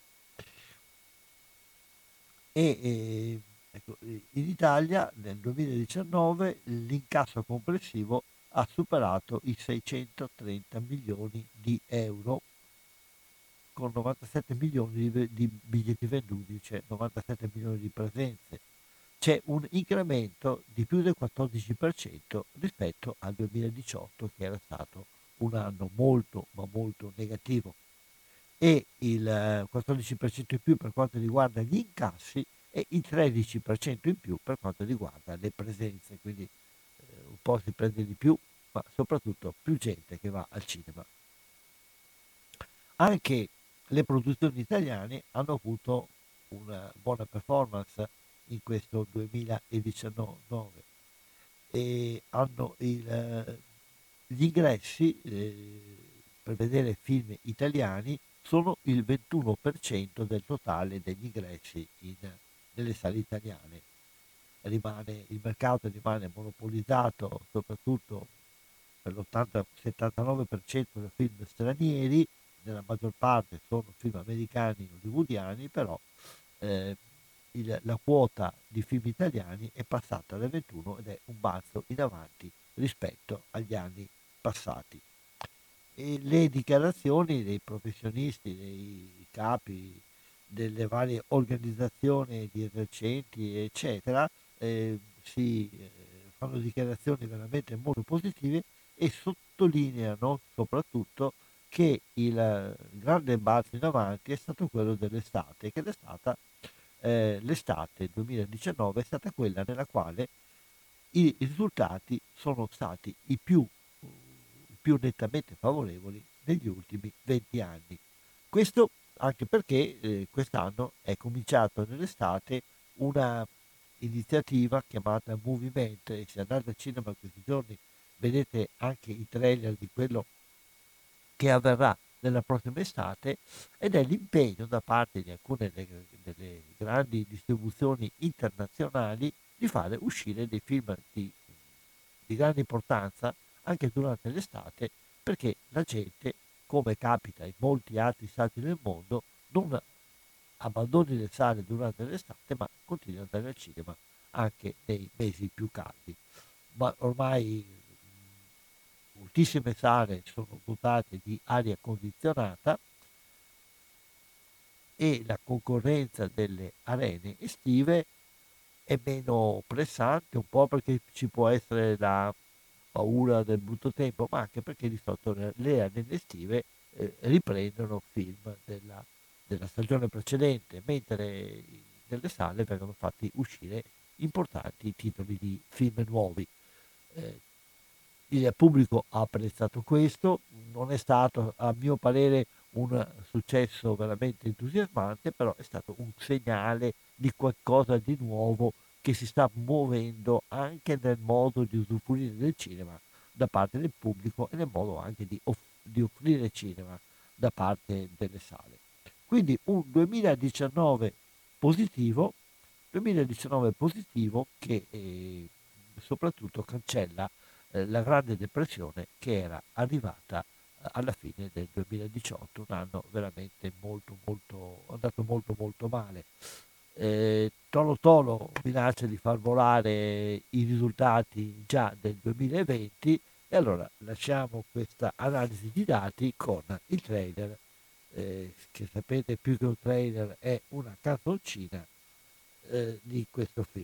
E ecco, in Italia nel 2019 l'incasso complessivo ha superato i 630 milioni di euro, con 97 milioni di biglietti venduti, cioè 97 milioni di presenze. C'è un incremento di più del 14% rispetto al 2018, che era stato un anno molto ma molto negativo, e il 14% in più per quanto riguarda gli incassi e il 13% in più per quanto riguarda le presenze, quindi un po' si prende di più, ma soprattutto più gente che va al cinema. Anche le produzioni italiane hanno avuto una buona performance in questo 2019 e hanno gli ingressi per vedere film italiani sono il 21% del totale degli ingressi nelle sale italiane. Il mercato rimane monopolizzato soprattutto per l'80-79% da film stranieri, nella maggior parte sono film americani hollywoodiani, però la quota di film italiani è passata alle 21 ed è un balzo in avanti rispetto agli anni passati. E le dichiarazioni dei professionisti, dei capi delle varie organizzazioni di esercenti, eccetera, fanno dichiarazioni veramente molto positive e sottolineano soprattutto che il grande balzo in avanti è stato quello dell'estate, che l'estate 2019 è stata quella nella quale i risultati sono stati i più nettamente favorevoli negli ultimi 20 anni. Questo anche perché quest'anno è cominciato nell'estate una iniziativa chiamata Movimento, e se andate al cinema questi giorni vedete anche i trailer di quello che avverrà nella prossima estate, ed è l'impegno da parte di alcune delle grandi distribuzioni internazionali di fare uscire dei film di grande importanza anche durante l'estate, perché la gente, come capita in molti altri stati del mondo, non abbandoni le sale durante l'estate, ma continui ad andare al cinema anche nei mesi più caldi. Ma ormai moltissime sale sono dotate di aria condizionata e la concorrenza delle arene estive è meno pressante, un po' perché ci può essere la paura del brutto tempo, ma anche perché di solito le arene estive riprendono film della stagione precedente, mentre nelle sale vengono fatti uscire importanti titoli di film nuovi. Il pubblico ha apprezzato questo, non è stato a mio parere un successo veramente entusiasmante, però è stato un segnale di qualcosa di nuovo che si sta muovendo anche nel modo di usufruire del cinema da parte del pubblico e nel modo anche di offrire cinema da parte delle sale. Quindi un 2019 positivo che soprattutto cancella la Grande Depressione che era arrivata alla fine del 2018, un anno veramente andato molto male. Tolo Tolo minaccia di far volare i risultati già del 2020, e allora lasciamo questa analisi di dati con il trailer, che sapete più che un trailer è una canzoncina di questo film.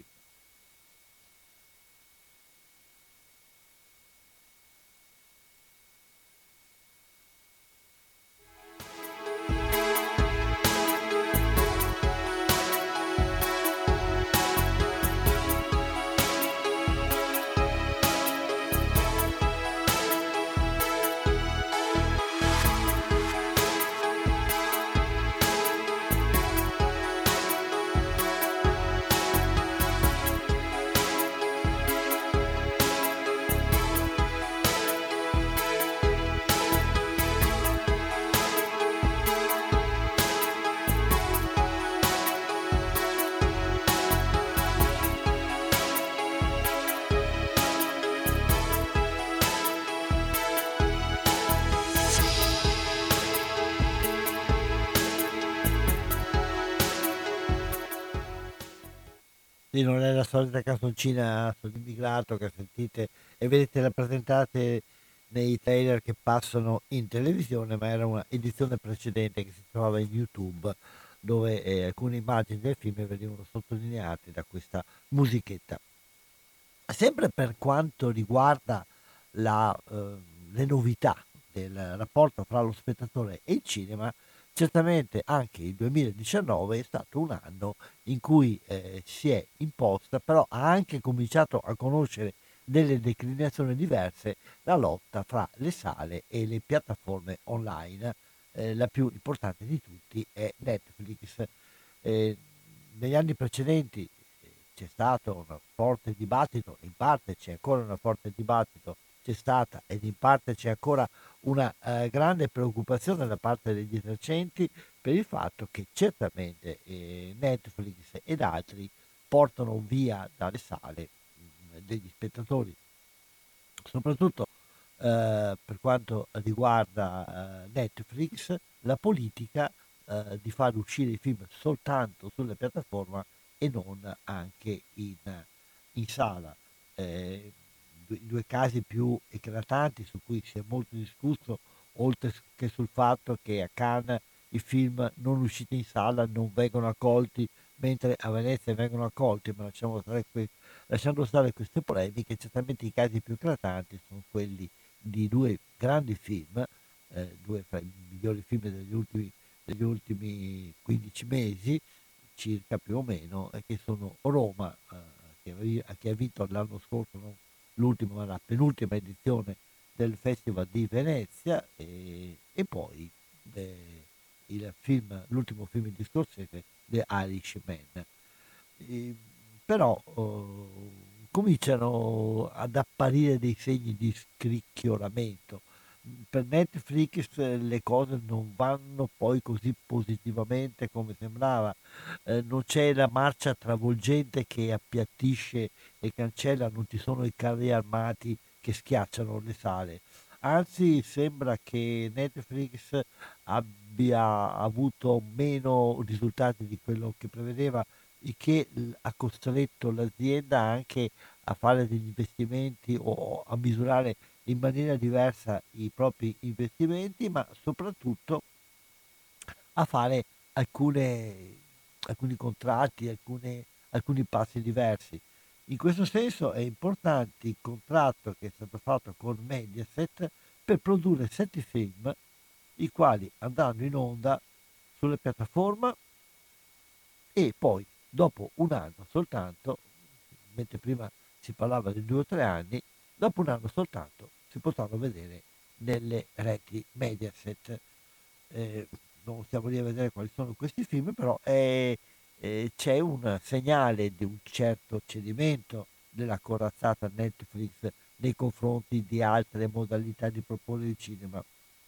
Sì, non è la solita canzoncina sull'immigrato che sentite e vedete rappresentate nei trailer che passano in televisione, ma era una edizione precedente che si trovava in YouTube, dove alcune immagini del film venivano sottolineate da questa musichetta. Sempre per quanto riguarda le novità del rapporto fra lo spettatore e il cinema, certamente anche il 2019 è stato un anno in cui si è imposta, però ha anche cominciato a conoscere delle declinazioni diverse, la lotta fra le sale e le piattaforme online. La più importante di tutti è Netflix. Negli anni precedenti c'è stato un forte dibattito, in parte c'è ancora un forte dibattito, c'è stata ed in parte c'è ancora una grande preoccupazione da parte degli esercenti per il fatto che certamente Netflix ed altri portano via dalle sale degli spettatori, soprattutto per quanto riguarda Netflix, la politica di far uscire i film soltanto sulle piattaforme e non anche in sala. Due casi più eclatanti su cui si è molto discusso, oltre che sul fatto che a Cannes i film non usciti in sala non vengono accolti, mentre a Venezia vengono accolti, ma lasciando stare queste polemiche, certamente i casi più eclatanti sono quelli di due grandi film, due fra i migliori film degli ultimi 15 mesi, circa più o meno, che sono Roma, che ha vinto l'anno scorso, non l'ultima ma la penultima edizione del Festival di Venezia, e poi l'ultimo film di Scorsese, The Irishman. Però cominciano ad apparire dei segni di scricchiolamento. Per Netflix le cose non vanno poi così positivamente come sembrava, non c'è la marcia travolgente che appiattisce e cancella, non ci sono i carri armati che schiacciano le sale. Anzi, sembra che Netflix abbia avuto meno risultati di quello che prevedeva, il che ha costretto l'azienda anche a fare degli investimenti o a misurare in maniera diversa i propri investimenti, ma soprattutto a fare alcuni contratti, alcuni passi diversi. In questo senso è importante il contratto che è stato fatto con Mediaset per produrre 7 film, i quali andranno in onda sulle piattaforme e poi dopo un anno soltanto, mentre prima si parlava di 2 o 3 anni, dopo un anno soltanto si potranno vedere nelle reti Mediaset. Non stiamo lì a vedere quali sono questi film, però c'è un segnale di un certo cedimento della corazzata Netflix nei confronti di altre modalità di proporre il cinema.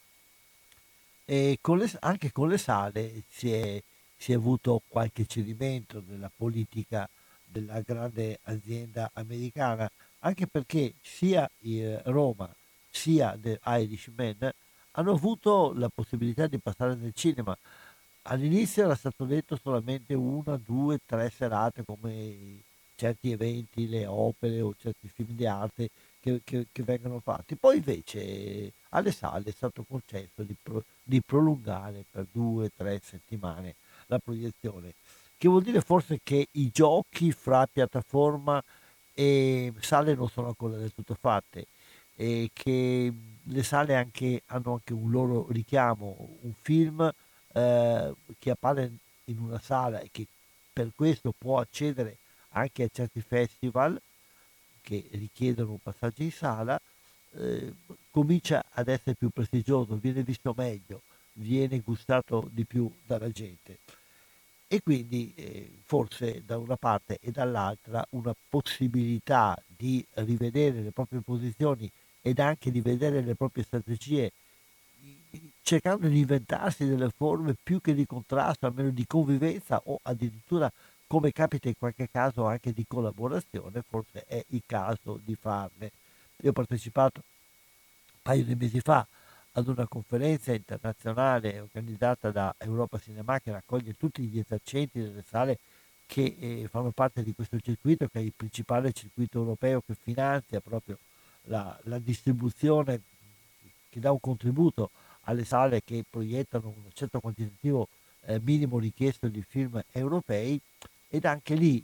E anche con le sale si è avuto qualche cedimento della politica della grande azienda americana, anche perché sia Roma sia The Irishman hanno avuto la possibilità di passare nel cinema. All'inizio era stato detto solamente 1, 2, 3 serate, come certi eventi, le opere o certi film di arte che vengono fatti. Poi invece alle sale è stato concesso di prolungare per 2 o 3 settimane la proiezione, che vuol dire forse che i giochi fra piattaforma e sale non sono ancora del tutto fatte, e che le sale hanno anche un loro richiamo. Un film che appare in una sala e che per questo può accedere anche a certi festival che richiedono un passaggio in sala, comincia ad essere più prestigioso, viene visto meglio, viene gustato di più dalla gente. E quindi forse da una parte e dall'altra una possibilità di rivedere le proprie posizioni ed anche di vedere le proprie strategie, cercando di inventarsi delle forme più che di contrasto, almeno di convivenza o addirittura, come capita in qualche caso, anche di collaborazione. Forse è il caso di farne. Io ho partecipato un paio di mesi fa ad una conferenza internazionale organizzata da Europa Cinema, che raccoglie tutti gli esercenti delle sale che fanno parte di questo circuito, che è il principale circuito europeo che finanzia proprio la distribuzione, che dà un contributo alle sale che proiettano un certo quantitativo minimo richiesto di film europei. Ed anche lì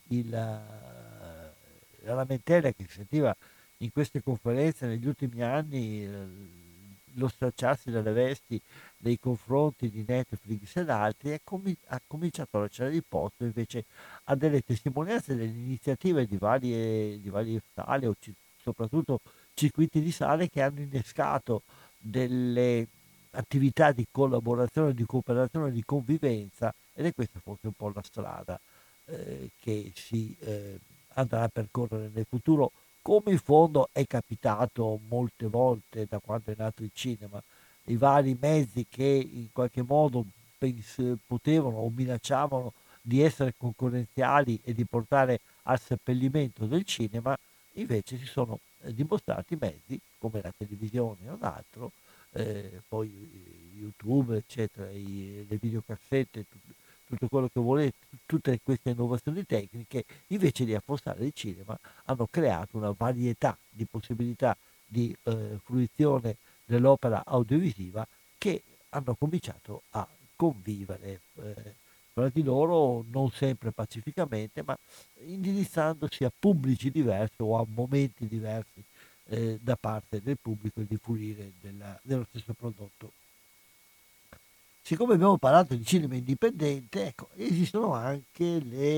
la lamentela che si sentiva in queste conferenze negli ultimi anni, lo stracciarsi dalle vesti nei confronti di Netflix ed altri, ha cominciato a lasciare il posto invece a delle testimonianze delle iniziative di varie sale o soprattutto circuiti di sale che hanno innescato delle attività di collaborazione, di cooperazione, di convivenza, ed è questa forse un po' la strada che si andrà a percorrere nel futuro, come in fondo è capitato molte volte da quando è nato il cinema. I vari mezzi che in qualche modo potevano o minacciavano di essere concorrenziali e di portare al seppellimento del cinema, invece si sono dimostrati mezzi come la televisione o poi YouTube, eccetera, le videocassette, tutto quello che volete, tutte queste innovazioni tecniche, invece di affossare il cinema, hanno creato una varietà di possibilità di fruizione dell'opera audiovisiva che hanno cominciato a convivere tra di loro, non sempre pacificamente, ma indirizzandosi a pubblici diversi o a momenti diversi da parte del pubblico di fruire dello stesso prodotto. Siccome abbiamo parlato di cinema indipendente, ecco, esistono anche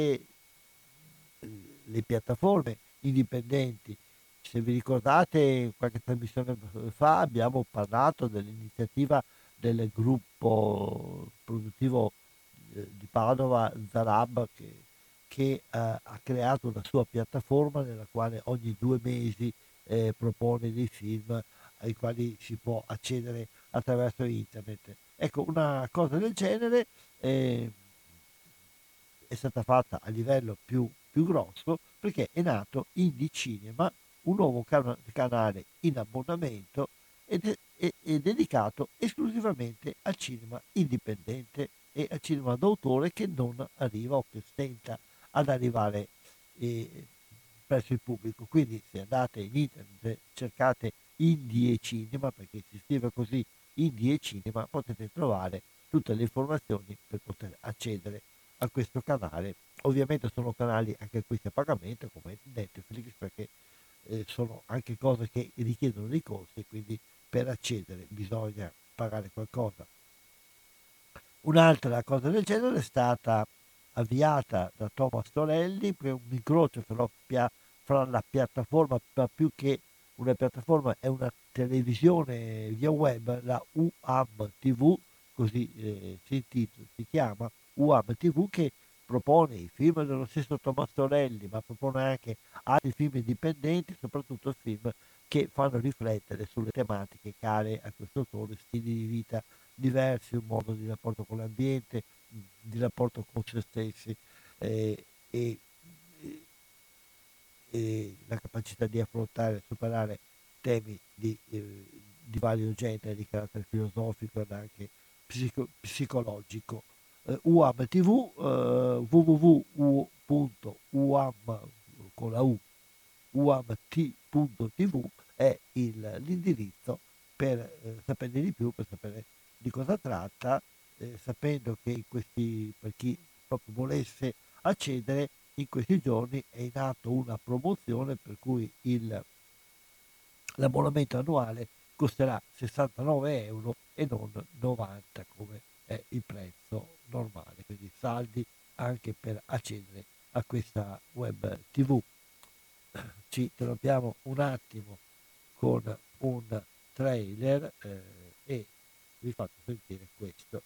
le piattaforme indipendenti. Se vi ricordate, qualche trasmissione fa abbiamo parlato dell'iniziativa del gruppo produttivo di Padova, Zarab, che ha creato una sua piattaforma nella quale ogni 2 mesi propone dei film ai quali si può accedere attraverso internet. Ecco, una cosa del genere è stata fatta a livello più grosso, perché è nato Indie Cinema, un nuovo canale in abbonamento ed è dedicato esclusivamente al cinema indipendente e al cinema d'autore che non arriva o che stenta ad arrivare presso il pubblico. Quindi se andate in internet, cercate Indie Cinema, perché si scrive così, Indie Cinema, potete trovare tutte le informazioni per poter accedere a questo canale. Ovviamente sono canali anche questi a pagamento come Netflix, perché sono anche cose che richiedono dei costi, quindi per accedere bisogna pagare qualcosa. Un'altra cosa del genere è stata avviata da Thomas Torelli, che è un incrocio fra la piattaforma, ma più che una piattaforma è una televisione via web, la UAM TV, così si chiama UAM TV, che propone i film dello stesso Thomas Torelli, ma propone anche altri film indipendenti, soprattutto film che fanno riflettere sulle tematiche care a questo autore, stili di vita diversi, un modo di rapporto con l'ambiente, di rapporto con se stessi e la capacità di affrontare e superare temi di vario genere, di carattere filosofico ed anche psicologico. UAM TV, www.uam con la U, uamt.tv è l'indirizzo per saperne di più, per sapere di cosa tratta, sapendo che per chi proprio volesse accedere, in questi giorni è in atto una promozione per cui l'abbonamento annuale costerà 69 euro e non 90 come è il prezzo normale, quindi saldi anche per accedere a questa web TV. Ci interrompiamo un attimo con un trailer e vi faccio sentire questo.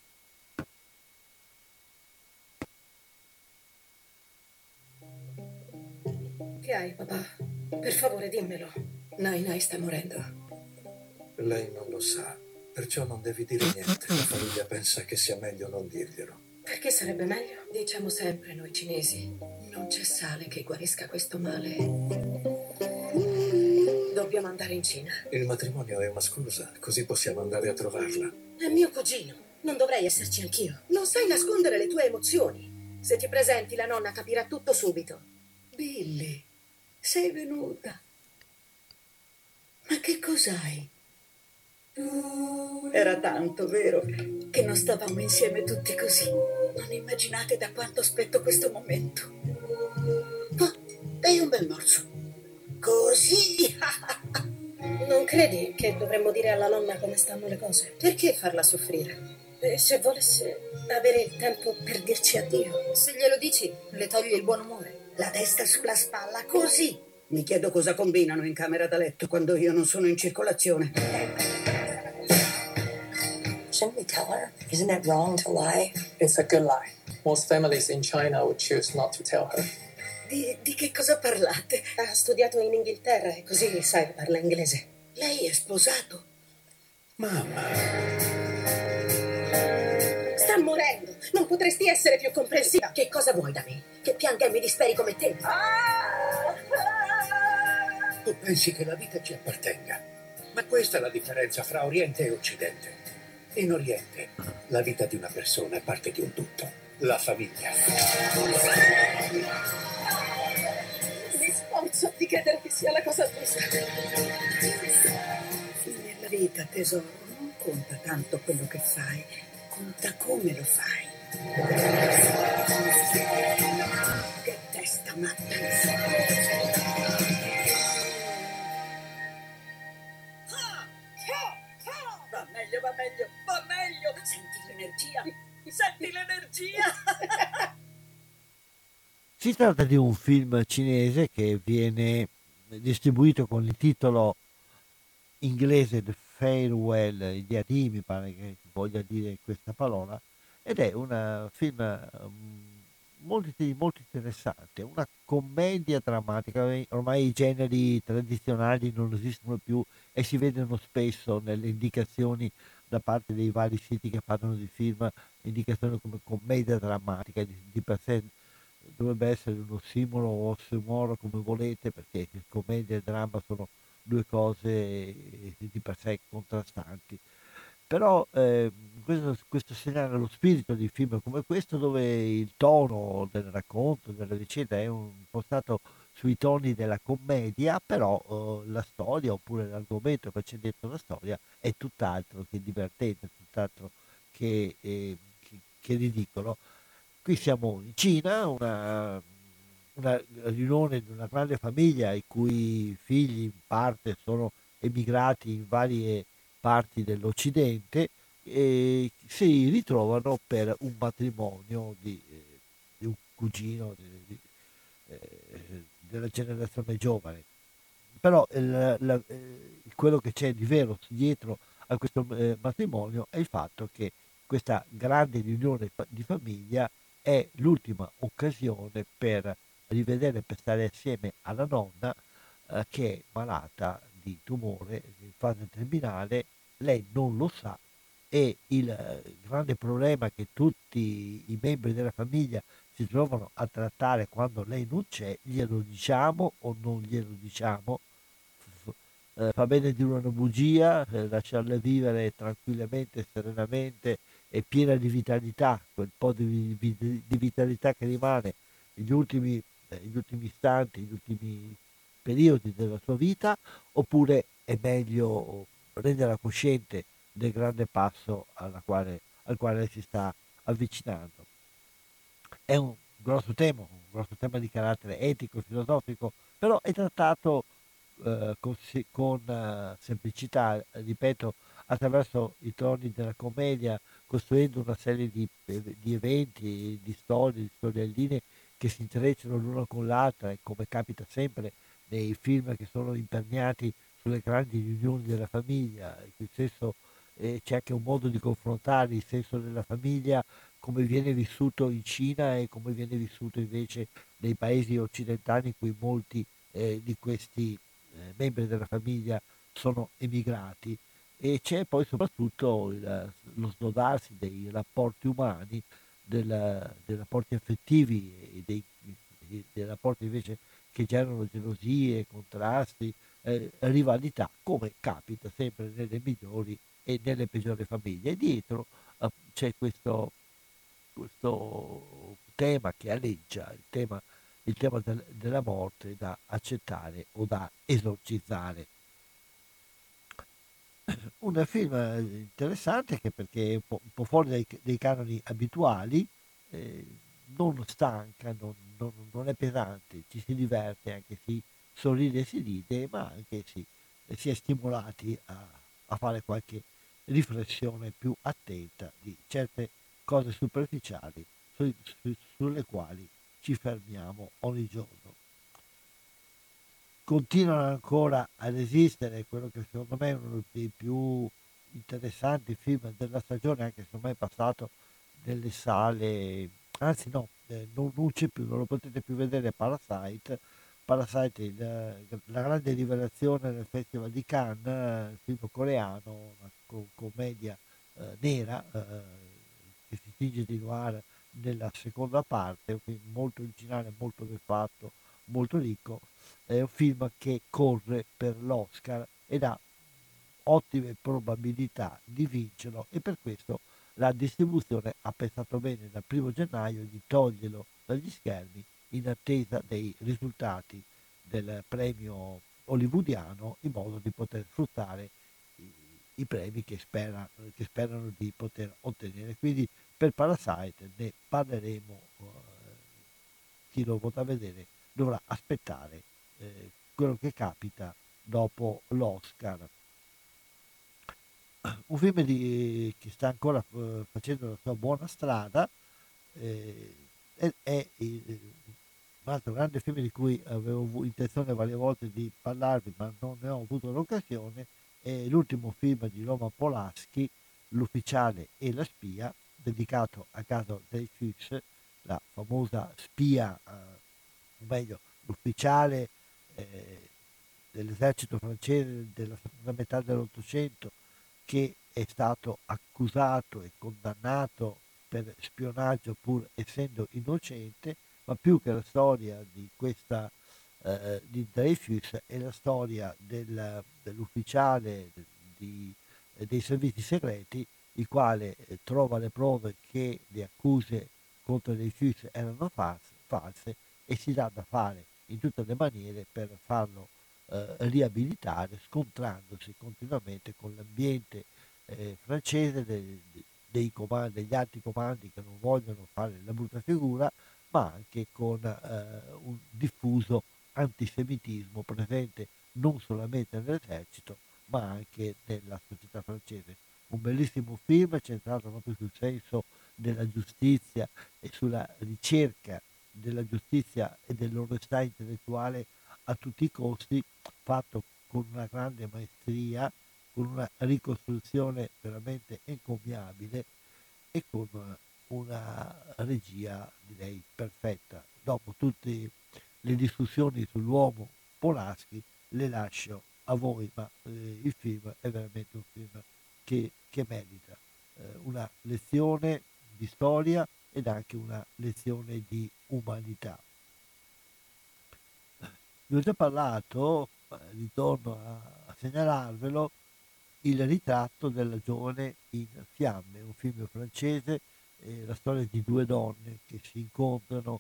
Che hai, papà? Per favore, dimmelo. Nai sta morendo. Lei non lo sa, perciò non devi dire niente. La famiglia pensa che sia meglio non dirglielo. Perché sarebbe meglio? Diciamo sempre noi cinesi, non c'è sale che guarisca questo male. Dobbiamo andare in Cina. Il matrimonio è una scusa, così possiamo andare a trovarla. È mio cugino, non dovrei esserci anch'io. Non sai nascondere le tue emozioni. Se ti presenti, la nonna capirà tutto subito. Billy, sei venuta. Ma che cos'hai? Era tanto, vero, che non stavamo insieme tutti così. Non immaginate da quanto aspetto questo momento. Oh, dai un bel morso. Così. Non credi che dovremmo dire alla nonna come stanno le cose? Perché farla soffrire? E se volesse avere il tempo per dirci addio? Se glielo dici, le togli il buon umore. La testa sulla spalla, così. Mi chiedo cosa combinano in camera da letto quando io non sono in circolazione. Shouldn't we tell her? Isn't it wrong to lie? It's a good lie. Most families in China would choose not to tell her. Di che cosa parlate? Ha studiato in Inghilterra e così, sai, parla inglese. Lei è sposato? Mamma. Sta morendo. Non potresti essere più comprensiva. Che cosa vuoi da me? Che pianga e mi disperi come te? Tu pensi che la vita ci appartenga, ma questa è la differenza fra Oriente e Occidente. In Oriente la vita di una persona è parte di un tutto. la famiglia. Mi sforzo di credere che sia la cosa giusta. Nella vita, tesoro, non conta tanto quello che fai, conta come lo fai. Che testa matta. Va meglio, va meglio, va meglio. Senti l'energia? Senti l'energia? Si tratta di un film cinese che viene distribuito con il titolo inglese The Farewell, gli addio, mi pare che voglia dire questa parola, ed è un film molto, molto interessante, una commedia drammatica. Ormai i generi tradizionali non esistono più e si vedono spesso nelle indicazioni da parte dei vari siti che parlano di film, indicazioni come commedia drammatica, di per sé dovrebbe essere un ossimoro o ossimoro come volete, perché commedia e dramma sono due cose di per sé contrastanti. Però questo segnala lo spirito di film come questo, dove il tono del racconto, della vicenda è impostato sui toni della commedia, però la storia oppure l'argomento che c'è dentro la storia è tutt'altro che divertente, tutt'altro che ridicolo. Qui siamo in Cina, una riunione di una grande famiglia i cui figli in parte sono emigrati in varie parti dell'Occidente e si ritrovano per un matrimonio di un cugino della generazione giovane. Però quello che c'è di vero dietro a questo matrimonio è il fatto che questa grande riunione di famiglia è l'ultima occasione per rivedere, per stare assieme alla nonna che è malata di tumore in fase terminale. Lei non lo sa e il grande problema che tutti i membri della famiglia si trovano a trattare quando lei non c'è: glielo diciamo o non glielo diciamo? Fa bene dire una bugia, lasciarla vivere tranquillamente, serenamente e piena di vitalità, quel po' di vitalità che rimane negli ultimi istanti, negli ultimi periodi della sua vita, oppure è meglio renderla cosciente del grande passo al quale si sta avvicinando. È un grosso tema di carattere etico, filosofico, però è trattato con semplicità, ripeto, attraverso i toni della commedia, costruendo una serie di eventi, di storielline che si intrecciano l'una con l'altra, e come capita sempre nei film che sono imperniati sulle grandi riunioni della famiglia, c'è anche un modo di confrontare il senso della famiglia, come viene vissuto in Cina e come viene vissuto invece nei paesi occidentali in cui molti di questi membri della famiglia sono emigrati. E c'è poi soprattutto lo snodarsi dei rapporti umani, dei rapporti affettivi e dei rapporti invece che generano gelosie, contrasti, rivalità, come capita sempre nelle migliori e nelle peggiori famiglie. E dietro c'è questo tema che aleggia, il tema della morte da accettare o da esorcizzare. Un film interessante che, perché è un po' fuori dai canoni abituali, non stanca, non è pesante, ci si diverte, anche si sorride e si ride, ma anche si è stimolati a fare qualche riflessione più attenta di certe cose superficiali sulle quali ci fermiamo ogni giorno. Continuano ancora ad esistere quello che secondo me è uno dei più interessanti film della stagione, anche se ormai è passato nelle sale, anzi no, non c'è più, non lo potete più vedere. Parasite è la grande rivelazione del Festival di Cannes, il film coreano, una commedia nera che si tinge di noir nella seconda parte, un film molto originale, molto ben fatto, molto ricco. È un film che corre per l'Oscar ed ha ottime probabilità di vincerlo, e per questo la distribuzione ha pensato bene dal 1° gennaio di toglierlo dagli schermi in attesa dei risultati del premio hollywoodiano, in modo di poter sfruttare i premi che sperano di poter ottenere. Quindi per Parasite ne parleremo, chi lo potrà vedere dovrà aspettare quello che capita dopo l'Oscar. Un film che sta ancora facendo la sua buona strada, è un altro grande film di cui avevo intenzione varie volte di parlarvi, ma non ne ho avuto l'occasione. È l'ultimo film di Roman Polanski, L'ufficiale e la spia, dedicato a Casa Dreyfus, la famosa spia, o meglio, l'ufficiale dell'esercito francese della seconda metà dell'Ottocento, che è stato accusato e condannato per spionaggio pur essendo innocente. Ma più che la storia di questa di Dreyfus è la storia dell'ufficiale dei servizi segreti, il quale trova le prove che le accuse contro Dreyfus erano false e si dà da fare in tutte le maniere per farlo riabilitare, scontrandosi continuamente con l'ambiente francese degli alti comandi che non vogliono fare la brutta figura, ma anche con un diffuso antisemitismo presente non solamente nell'esercito ma anche nella società francese. Un bellissimo film centrato proprio sul senso della giustizia e sulla ricerca della giustizia e dell'onestà intellettuale a tutti i costi, fatto con una grande maestria, con una ricostruzione veramente encomiabile e con una regia direi perfetta. Dopo tutte le discussioni sull'uomo Polanski le lascio a voi, ma il film è veramente un film che merita una lezione di storia ed anche una lezione di umanità. Vi ho già parlato, ritorno a segnalarvelo, Il ritratto della giovane in fiamme, un film francese, la storia di due donne che si incontrano,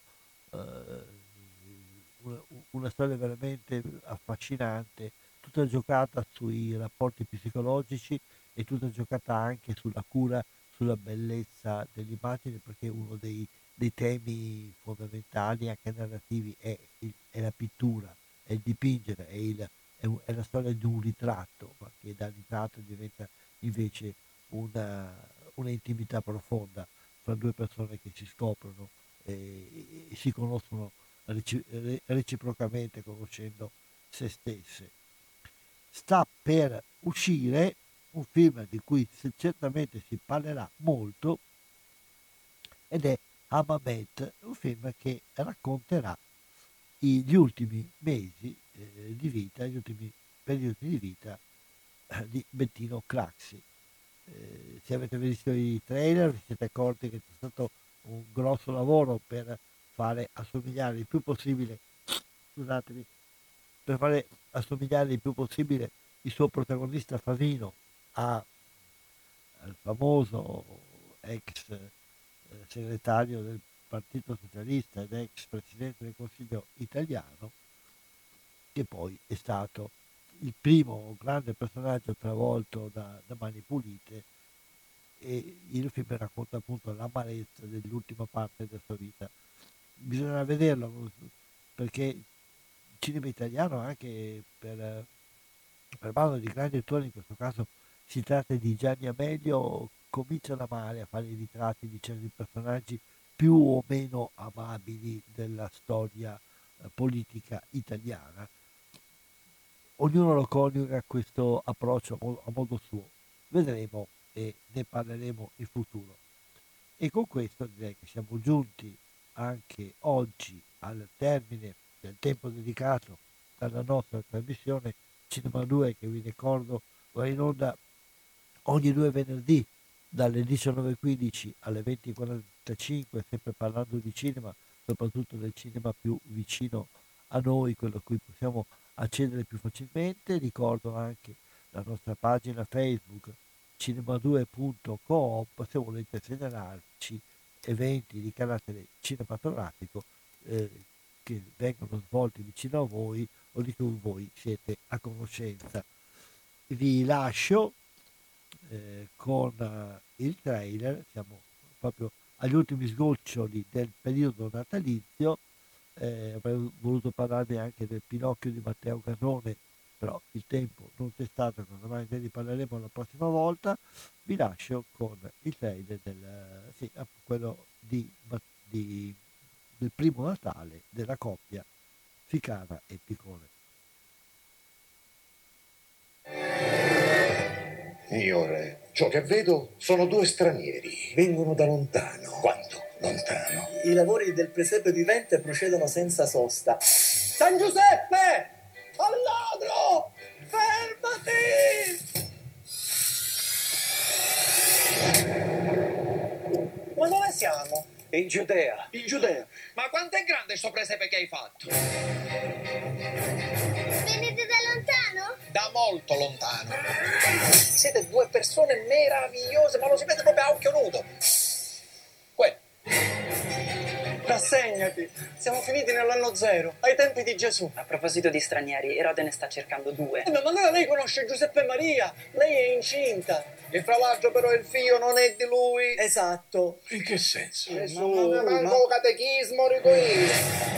una storia veramente affascinante, tutta giocata sui rapporti psicologici e tutta giocata anche sulla cura, sulla bellezza dell'immagine, perché uno dei temi fondamentali anche narrativi è la pittura, è il dipingere, è la storia di un ritratto, ma che dal ritratto diventa invece una intimità profonda fra due persone che si scoprono e si conoscono reciprocamente, conoscendo se stesse. Sta per uscire un film di cui certamente si parlerà molto, ed è Hammamet, un film che racconterà gli ultimi mesi di vita, gli ultimi periodi di vita di Bettino Craxi. Se avete visto i trailer vi siete accorti che c'è stato un grosso lavoro per fare assomigliare il più possibile, per fare assomigliare il più possibile il suo protagonista Favino al famoso ex segretario del Partito Socialista ed ex Presidente del Consiglio italiano, che poi è stato il primo grande personaggio travolto da Mani Pulite, e il film racconta appunto l'amarezza dell'ultima parte della sua vita. Bisogna vederlo, perché il cinema italiano, anche per mano di grandi attori, in questo caso si tratta di Gianni Amelio, comincia da male a fare i ritratti di certi personaggi più o meno amabili della storia politica italiana. Ognuno lo coniuga questo approccio a modo suo. Vedremo e ne parleremo in futuro. E con questo direi che siamo giunti anche oggi al termine del tempo dedicato alla nostra trasmissione Cinema 2, che vi ricordo va in onda ogni 2 venerdì dalle 19.15 alle 20.45, sempre parlando di cinema, soprattutto del cinema più vicino a noi, quello a cui possiamo accedere più facilmente. Ricordo anche la nostra pagina Facebook cinema2.coop se volete segnalarci eventi di carattere cinematografico che vengono svolti vicino a voi o di cui voi siete a conoscenza. Vi lascio con il trailer, siamo proprio agli ultimi sgoccioli del periodo natalizio. Avrei voluto parlarvi anche del Pinocchio di Matteo Garrone, però il tempo non c'è stato, non ne parleremo la prossima volta. Vi lascio con il trailer quello del primo Natale della coppia Ficara e Picone. Signore, ciò che vedo sono due stranieri. Vengono da lontano. Quanto lontano? I lavori del presepe vivente procedono senza sosta. San Giuseppe! Al ladro! Fermati! Ma dove siamo? In Giudea. In Giudea. Ma quanto è grande sto presepe che hai fatto? Venite da lontano? Da molto lontano. Siete due persone meravigliose, ma lo si vede proprio a occhio nudo. Rassegnati, siamo finiti nell'anno 0, ai tempi di Gesù. A proposito di stranieri, Erode ne sta cercando 2. Ma allora lei conosce Giuseppe e Maria, lei è incinta. E fra l'altro però il figlio non è di lui. Esatto. In che senso? Manco catechismo dico io.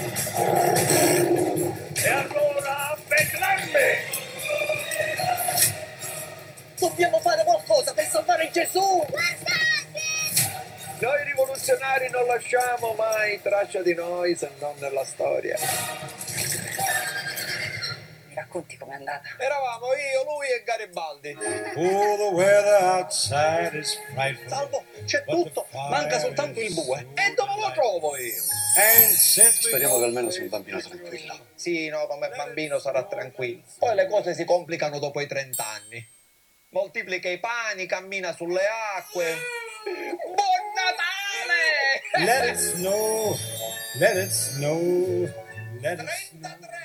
E allora, Betlemme! Dobbiamo fare qualcosa per salvare Gesù! Noi rivoluzionari non lasciamo mai traccia di noi se non nella storia. Mi racconti com'è andata? Eravamo io, lui e Garibaldi. Oh, the weather outside is frightful. Salvo, c'è tutto, manca soltanto il bue. E dove lo trovo io? Speriamo che almeno sia un bambino tranquillo. Sì, no, come bambino sarà tranquillo. Poi le cose si complicano dopo i 30 anni. Moltiplica i pani, cammina sulle acque. Buon Natale! Let it snow, let it snow, let it snow.